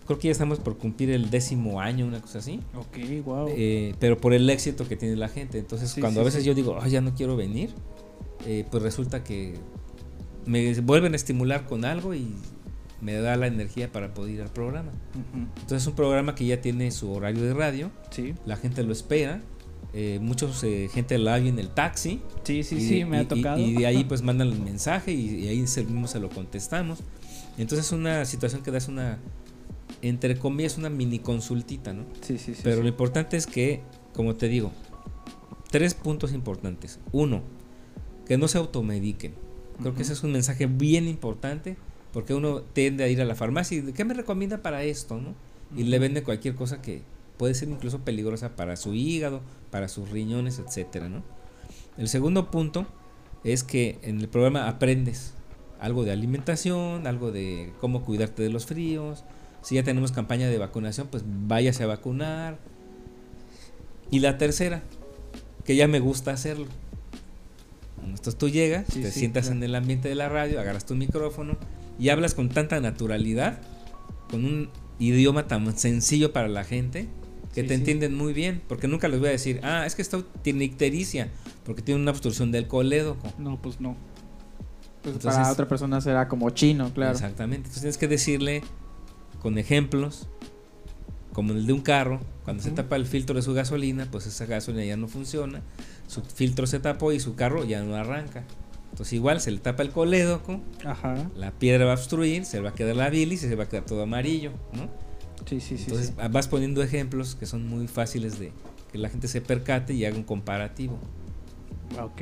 creo que ya estamos por cumplir el 10º año, una cosa así. Ok, wow. Pero por el éxito que tiene la gente. Entonces, cuando a veces yo digo, ya no quiero venir, pues resulta que me vuelven a estimular con algo y me da la energía para poder ir al programa. Entonces es un programa que ya tiene su horario de radio. Sí. La gente lo espera. Muchos gente la oye en el taxi. Sí, me ha tocado. Y de ahí pues mandan el mensaje y ahí mismo se lo contestamos. Entonces es una situación que das una, entre comillas, una mini consultita, ¿no? Sí. Pero lo importante es que, como te digo, 3 puntos importantes. 1, que no se automediquen. Creo que ese es un mensaje bien importante, porque uno tiende a ir a la farmacia y ¿qué me recomienda para esto, no? Y le vende cualquier cosa que puede ser incluso peligrosa para su hígado, para sus riñones, etcétera, ¿no? El segundo punto es que en el programa aprendes algo de alimentación, algo de cómo cuidarte de los fríos. Si ya tenemos campaña de vacunación, pues váyase a vacunar. Y la tercera, que ya me gusta hacerlo. Entonces tú llegas, te sientas en el ambiente de la radio, agarras tu micrófono y hablas con tanta naturalidad, con un idioma tan sencillo para la gente, que te entienden muy bien. Porque nunca les voy a decir, es que esto tiene ictericia, porque tiene una obstrucción del colédoco. No, pues no. Pues entonces, para otra persona será como chino, claro. Exactamente. Entonces tienes que decirle con ejemplos, como el de un carro, cuando se tapa el filtro de su gasolina, pues esa gasolina ya no funciona, su filtro se tapó y su carro ya no arranca. Entonces igual se le tapa el colédoco, la piedra va a obstruir, se va a quedar la bilis y se va a quedar todo amarillo, ¿no? Entonces vas poniendo ejemplos que son muy fáciles de que la gente se percate y haga un comparativo. Ok.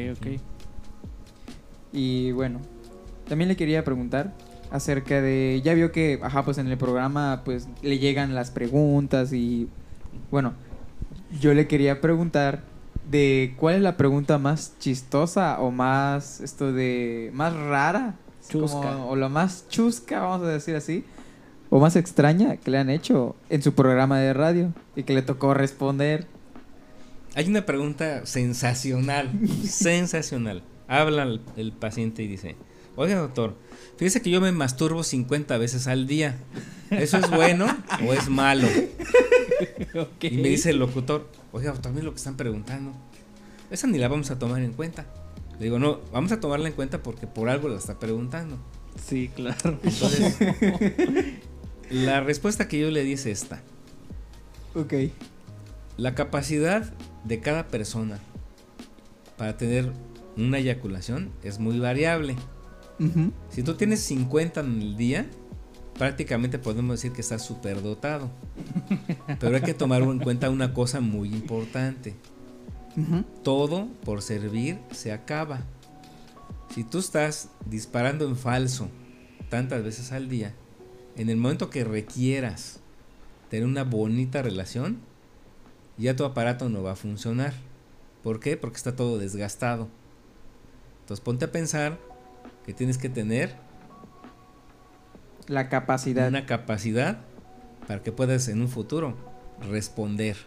Y bueno, también le quería preguntar acerca de, ya vio que, pues en el programa pues le llegan las preguntas y bueno, yo le quería preguntar de cuál es la pregunta más chistosa o más más rara, chusca, o la más chusca, vamos a decir así, o más extraña que le han hecho en su programa de radio y que le tocó responder. Hay una pregunta sensacional. Habla el paciente y dice: oiga, doctor, fíjese que yo me masturbo 50 veces al día. ¿Eso es bueno o es malo? Y me dice el locutor: oiga, doctor, mire lo que están preguntando. Esa ni la vamos a tomar en cuenta. Le digo: no, vamos a tomarla en cuenta porque por algo la está preguntando. Sí, claro. Entonces, la respuesta que yo le di es esta. La capacidad de cada persona para tener una eyaculación es muy variable. Si tú tienes 50 en el día, prácticamente podemos decir que estás superdotado. Pero hay que tomar en cuenta una cosa muy importante. Todo por servir se acaba. Si tú estás disparando en falso tantas veces al día, en el momento que requieras tener una bonita relación, ya tu aparato no va a funcionar. ¿Por qué? Porque está todo desgastado. Entonces ponte a pensar que tienes que tener la capacidad, una capacidad para que puedas en un futuro responder.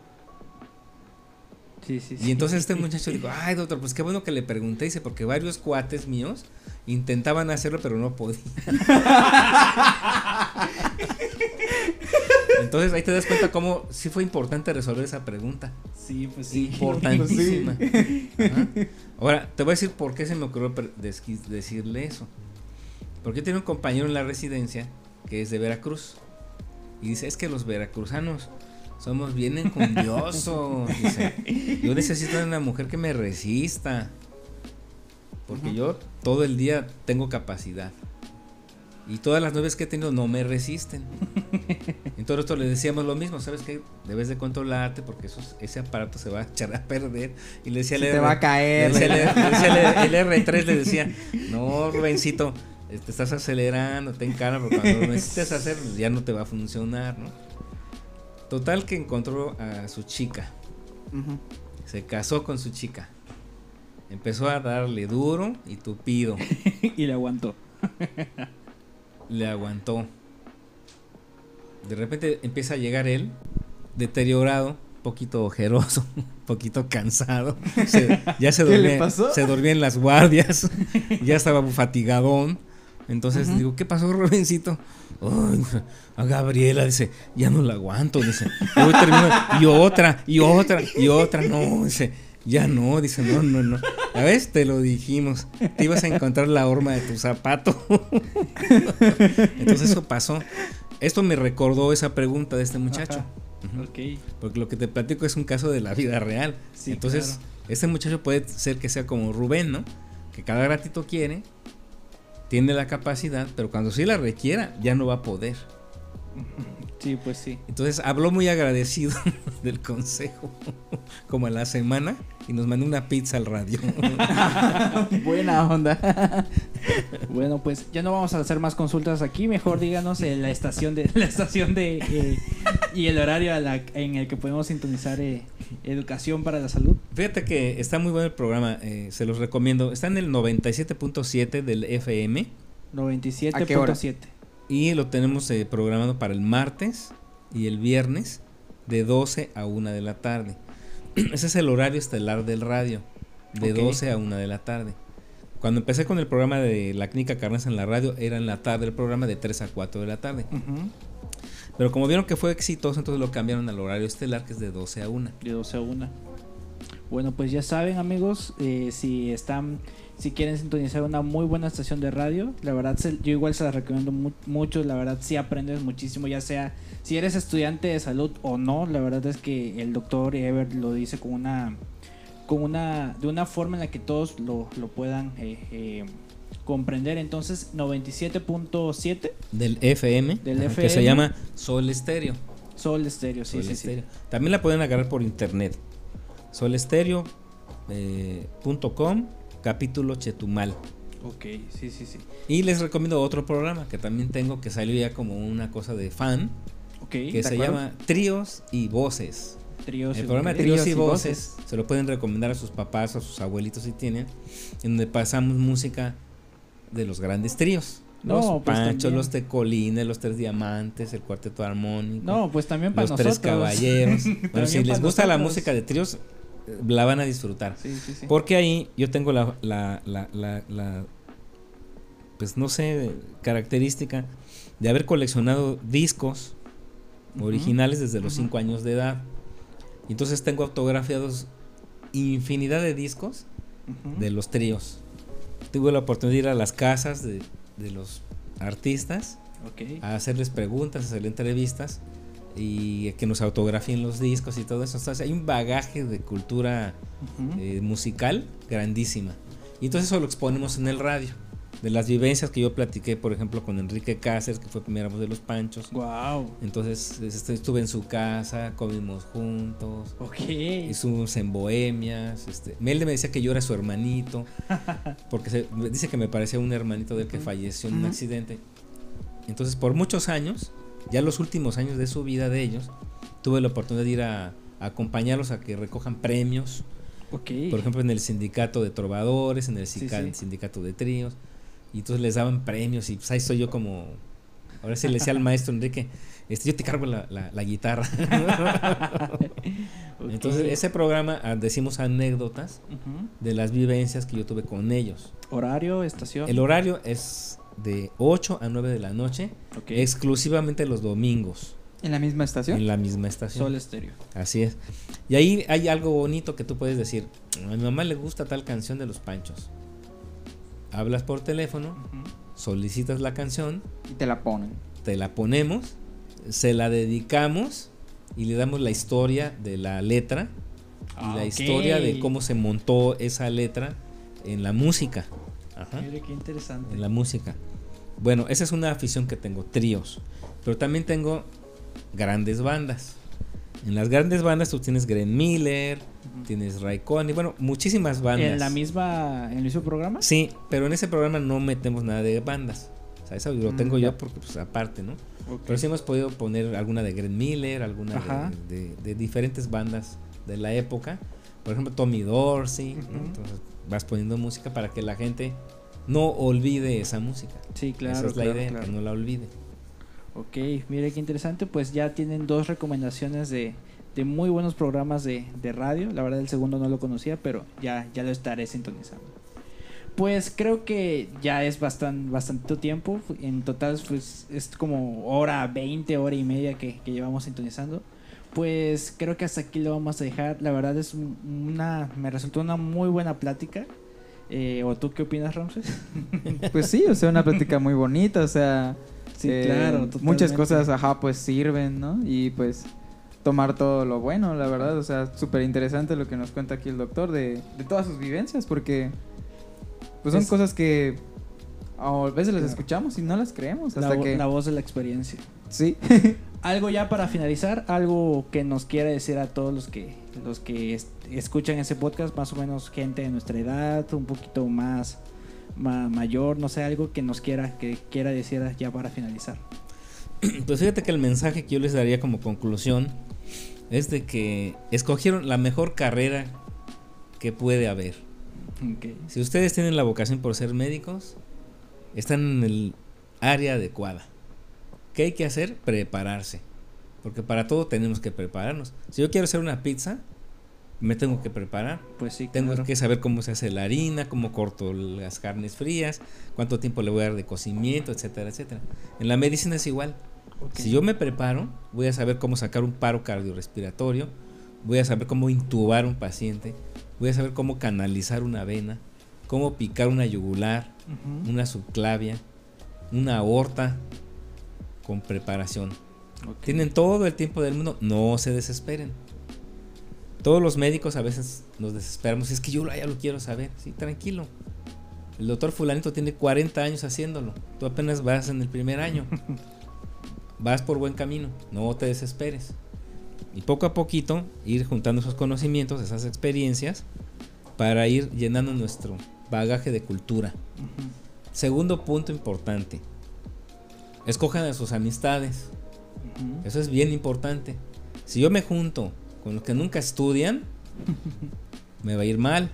Y entonces este muchacho dijo: ay, doctor, pues qué bueno que le pregunté, dice, porque varios cuates míos intentaban hacerlo pero no podían. Entonces ahí te das cuenta cómo sí fue importante resolver esa pregunta. Sí, pues sí. Importantísima. Ahora, te voy a decir por qué se me ocurrió decirle eso. Porque yo tengo un compañero en la residencia que es de Veracruz. Y dice: es que los veracruzanos somos bien enjundiosos. Dice: yo necesito una mujer que me resista. Porque yo todo el día tengo capacidad. Y todas las novias que he tenido no me resisten. Entonces nosotros le decíamos lo mismo: ¿sabes qué? Debes de controlarte porque ese aparato se va a echar a perder. Y le decía: te va a caer. Le decía el R3, le decía: no, Rubencito, te estás acelerando, ten calma, porque cuando lo necesites hacer ya no te va a funcionar, ¿no? Total que encontró a su chica. Se casó con su chica. Empezó a darle duro y tupido. Y le aguantó. Le aguantó. De repente empieza a llegar él, deteriorado, poquito ojeroso, poquito cansado. Ya se dormía, ¿Qué le pasó? Se dormía en las guardias. Ya estaba fatigadón. Entonces digo, ¿qué pasó, Rubencito? Ay, a Gabriela, dice, ya no la aguanto, dice. Luego termino, y otra, no, dice, ya no, dice, no. A ver, te lo dijimos, te ibas a encontrar la horma de tu zapato. Entonces eso pasó. Esto me recordó esa pregunta de este muchacho. Okay. Porque lo que te platico es un caso de la vida real. Sí, entonces, claro. este muchacho puede ser que sea como Rubén, ¿no? Que cada ratito quiere, tiene la capacidad, pero cuando sí la requiera, ya no va a poder. Sí, pues sí. Entonces habló muy agradecido del consejo, como a la semana, y nos mandó una pizza al radio. Buena onda. Bueno, pues ya no vamos a hacer más consultas aquí. Mejor díganos la estación de y el horario en el que podemos sintonizar Educación para la Salud. Fíjate que está muy bueno el programa, se los recomiendo. Está en el 97.7 del FM. 97.7. Y lo tenemos programado para el martes y el viernes de 12 a 1 de la tarde. Ese es el horario estelar del radio, de 12 a 1 de la tarde. Cuando empecé con el programa de la Clínica Carranza en la radio, era en la tarde el programa de 3 a 4 de la tarde. Pero como vieron que fue exitoso, entonces lo cambiaron al horario estelar, que es de 12 a 1. De 12 a 1. Bueno, pues ya saben, amigos, si quieren sintonizar una muy buena estación de radio, la verdad yo igual se la recomiendo mucho. La verdad sí aprendes muchísimo, ya sea si eres estudiante de salud o no. La verdad es que el doctor Ever lo dice de una forma en la que todos lo puedan comprender. Entonces 97.7 del FM, que se llama Sol Estéreo. Sol Estéreo, sí. También la pueden agarrar por internet. solestereo.com, capítulo Chetumal. Ok, sí. Y les recomiendo otro programa que también tengo, que salió ya como una cosa de fan, que se llama Tríos y Voces. El programa de Tríos y Voces se lo pueden recomendar a sus papás o a sus abuelitos si tienen, en donde pasamos música de los grandes tríos. Los Panchos, los Tecolines, los Tres Diamantes, el Cuarteto Armónico. No, pues también para los nosotros. Tres Caballeros. Bueno, si les gusta la música de tríos, la van a disfrutar. Sí. Porque ahí yo tengo la pues no sé, característica de haber coleccionado discos originales desde los 5 años de edad. Y entonces tengo autografiados infinidad de discos de los tríos. Tuve la oportunidad de ir a las casas de los artistas, a hacerles preguntas, a hacerles entrevistas y que nos autografíen los discos y todo eso. Entonces hay un bagaje de cultura musical grandísima. Y entonces eso lo exponemos en el radio. De las vivencias que yo platiqué, por ejemplo, con Enrique Cáceres, que fue primera voz de Los Panchos. Wow. Entonces estuve en su casa, comimos juntos. Estuvimos en bohemias. Melde me decía que yo era su hermanito, porque dice que me parecía un hermanito de él que falleció en un accidente. Entonces, por muchos años, ya los últimos años de su vida de ellos, tuve la oportunidad de ir a acompañarlos a que recojan premios. Por ejemplo, en el sindicato de trovadores, en el sindicato de tríos. Y entonces les daban premios y pues ahí estoy yo como... Ahora sí le decía al maestro Enrique, yo te cargo la guitarra. Entonces ese programa decimos anécdotas de las vivencias que yo tuve con ellos. ¿Horario, estación? El horario es de 8 a 9 de la noche, exclusivamente los domingos. ¿En la misma estación? En la misma estación. Sol Estéreo. Así es. Y ahí hay algo bonito que tú puedes decir, a mi mamá le gusta tal canción de Los Panchos. Hablas por teléfono, solicitas la canción y te la ponen. Te la ponemos, se la dedicamos y le damos la historia de la letra y la historia de cómo se montó esa letra en la música. Mire qué interesante. En la música. Bueno, esa es una afición que tengo, tríos. Pero también tengo grandes bandas. En las grandes bandas tú tienes Glenn Miller, tienes Ray Conniff, bueno, muchísimas bandas. ¿En el mismo programa? Sí, pero en ese programa no metemos nada de bandas. O sea, eso lo tengo yo porque pues aparte, ¿no? Pero sí hemos podido poner alguna de Glenn Miller, alguna de diferentes bandas de la época. Por ejemplo, Tommy Dorsey, ¿no? Entonces vas poniendo música para que la gente no olvide esa música. Sí, claro. Esa es la idea, que no la olvide. Ok, mire qué interesante, pues ya tienen 2 recomendaciones de muy buenos programas de radio. La verdad el segundo no lo conocía, pero ya lo estaré sintonizando. Pues creo que ya es bastante tiempo. En total pues, es como hora 20, hora y media que llevamos sintonizando. Pues creo que hasta aquí lo vamos a dejar. La verdad es me resultó una muy buena plática. ¿O tú qué opinas, Ramses? Pues sí, o sea, una plática muy bonita, o sea... Sí, claro, totalmente. Muchas cosas, pues sirven, ¿no? Y pues tomar todo lo bueno, la verdad, o sea, súper interesante lo que nos cuenta aquí el doctor de todas sus vivencias, porque pues son cosas que a veces las escuchamos y no las creemos hasta que... La voz de la experiencia. Sí. Algo ya para finalizar, algo que nos quiera decir a todos los que escuchan ese podcast, más o menos gente de nuestra edad, un poquito más mayor, no sé, algo que quiera decir ya para finalizar. Pues fíjate que el mensaje que yo les daría como conclusión es de que escogieron la mejor carrera que puede haber. Okay. Si ustedes tienen la vocación por ser médicos, están en el área adecuada. ¿Qué hay que hacer? Prepararse. Porque para todo tenemos que prepararnos. Si yo quiero hacer una pizza, me tengo que preparar. Pues sí, tengo claro. que saber cómo se hace la harina, cómo corto las carnes frías, cuánto tiempo le voy a dar de cocimiento, etcétera, etcétera. En la medicina es igual. Okay. Si yo me preparo, voy a saber cómo sacar un paro cardiorrespiratorio, voy a saber cómo intubar un paciente, voy a saber cómo canalizar una vena, cómo picar una yugular, una subclavia, una aorta, con preparación. Okay. Tienen todo el tiempo del mundo, no se desesperen. Todos los médicos a veces nos desesperamos, es que yo ya lo quiero saber. Sí, tranquilo. El doctor fulanito tiene 40 años haciéndolo, tú apenas vas en el primer año. Vas por buen camino, no te desesperes. Y poco a poquito ir juntando esos conocimientos, esas experiencias, para ir llenando nuestro bagaje de cultura. Segundo punto importante, escojan a sus amistades. Eso es bien importante. Si yo me junto con los que nunca estudian, me va a ir mal.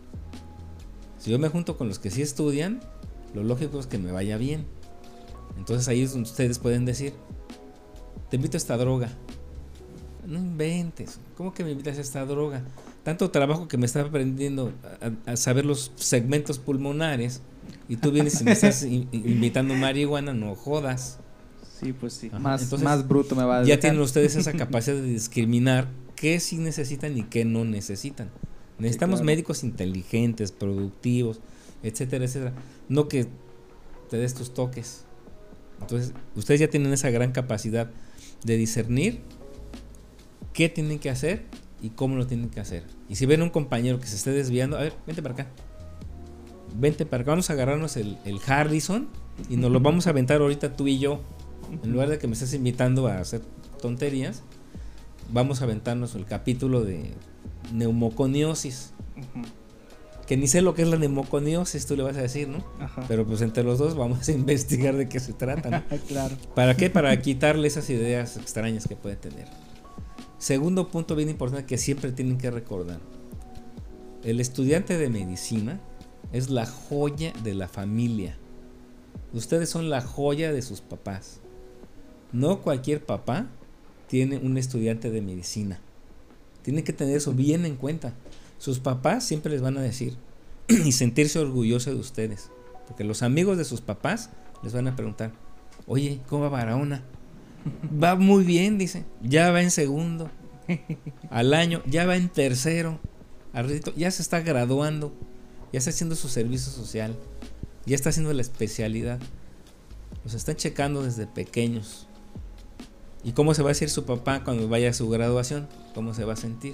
Si yo me junto con los que sí estudian, lo lógico es que me vaya bien. Entonces ahí es donde ustedes pueden decir, te invito a esta droga. No inventes, ¿cómo que me invitas a esta droga? Tanto trabajo que me está aprendiendo a saber los segmentos pulmonares, y tú vienes y me estás invitando marihuana, no jodas. Sí, pues sí. Entonces, más bruto me va a dejar. Ya tienen ustedes esa capacidad de discriminar qué sí necesitan y qué no necesitan. Necesitamos médicos inteligentes, productivos, etcétera, etcétera. No que te des tus toques. Entonces, ustedes ya tienen esa gran capacidad de discernir qué tienen que hacer y cómo lo tienen que hacer. Y si ven un compañero que se esté desviando, a ver, vente para acá. Vente para acá, vamos a agarrarnos el Harrison y nos lo vamos a aventar ahorita tú y yo. En lugar de que me estés invitando a hacer tonterías, vamos a aventarnos el capítulo de neumoconiosis. Que ni sé lo que es la neumoconiosis, tú le vas a decir, ¿no? Ajá. Pero pues entre los dos vamos a investigar de qué se trata, ¿no? Claro. ¿Para qué? Para quitarle esas ideas extrañas que puede tener. Segundo punto bien importante que siempre tienen que recordar. El estudiante de medicina es la joya de la familia. Ustedes son la joya de sus papás. No cualquier papá tiene un estudiante de medicina. Tienen que tener eso bien en cuenta. Sus papás siempre les van a decir y sentirse orgullosos de ustedes, porque los amigos de sus papás les van a preguntar, oye, ¿cómo va Barahona? Va muy bien, dice, ya va en segundo, al año, ya va en tercero, ya se está graduando, ya está haciendo su servicio social, ya está haciendo la especialidad. Los están checando desde pequeños. ¿Y cómo se va a decir su papá cuando vaya a su graduación? ¿Cómo se va a sentir?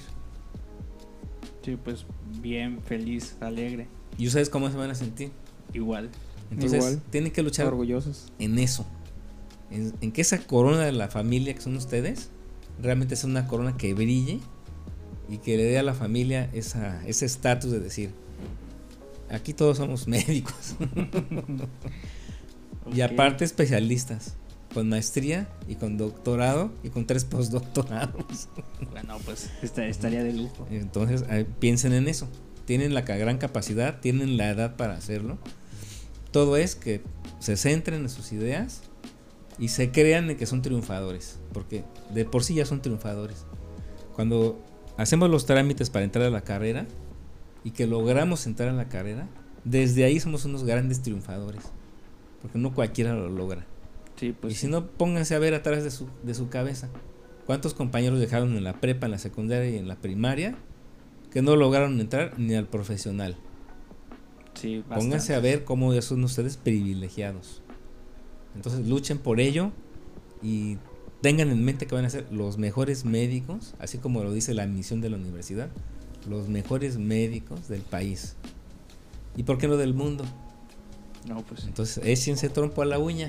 Sí, pues bien, feliz, alegre. ¿Y ustedes cómo se van a sentir? Igual. Entonces tienen que luchar orgullosos en eso, en que esa corona de la familia que son ustedes realmente es una corona que brille y que le dé a la familia ese estatus de decir, aquí todos somos médicos. Okay. Y aparte especialistas, con maestría y con doctorado y con 3 postdoctorados. Bueno, pues estaría de lujo. Entonces piensen en eso. Tienen la gran capacidad, tienen la edad para hacerlo. Todo es que se centren en sus ideas y se crean en que son triunfadores, porque de por sí ya son triunfadores. Cuando hacemos los trámites para entrar a la carrera y que logramos entrar a la carrera, desde ahí somos unos grandes triunfadores, porque no cualquiera lo logra. Sí, pues Y si no, pónganse a ver atrás de su cabeza cuántos compañeros dejaron en la prepa, en la secundaria y en la primaria que no lograron entrar ni al profesional. sí, Pónganse a ver cómo son ustedes privilegiados. Entonces luchen por ello y tengan en mente que van a ser los mejores médicos, así como lo dice la misión de la universidad, los mejores médicos del país. ¿Y por qué no del mundo? No, pues. Entonces, échense trompo a la uña.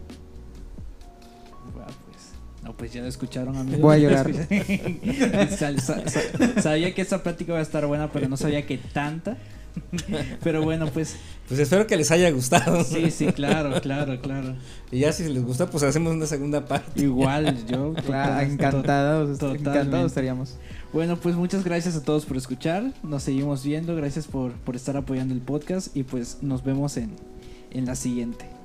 No, pues ya lo escucharon, amigos. Voy a llorar. Sabía que esta plática iba a estar buena, pero no sabía que tanta. Pero bueno, pues. Pues espero que les haya gustado. Sí, claro. Y ya si les gustó, pues hacemos una segunda parte. Igual, yo. Encantados Totalmente. estaríamos. Bueno, pues muchas gracias a todos por escuchar. Nos seguimos viendo. Gracias por estar apoyando el podcast. Y pues nos vemos en la siguiente.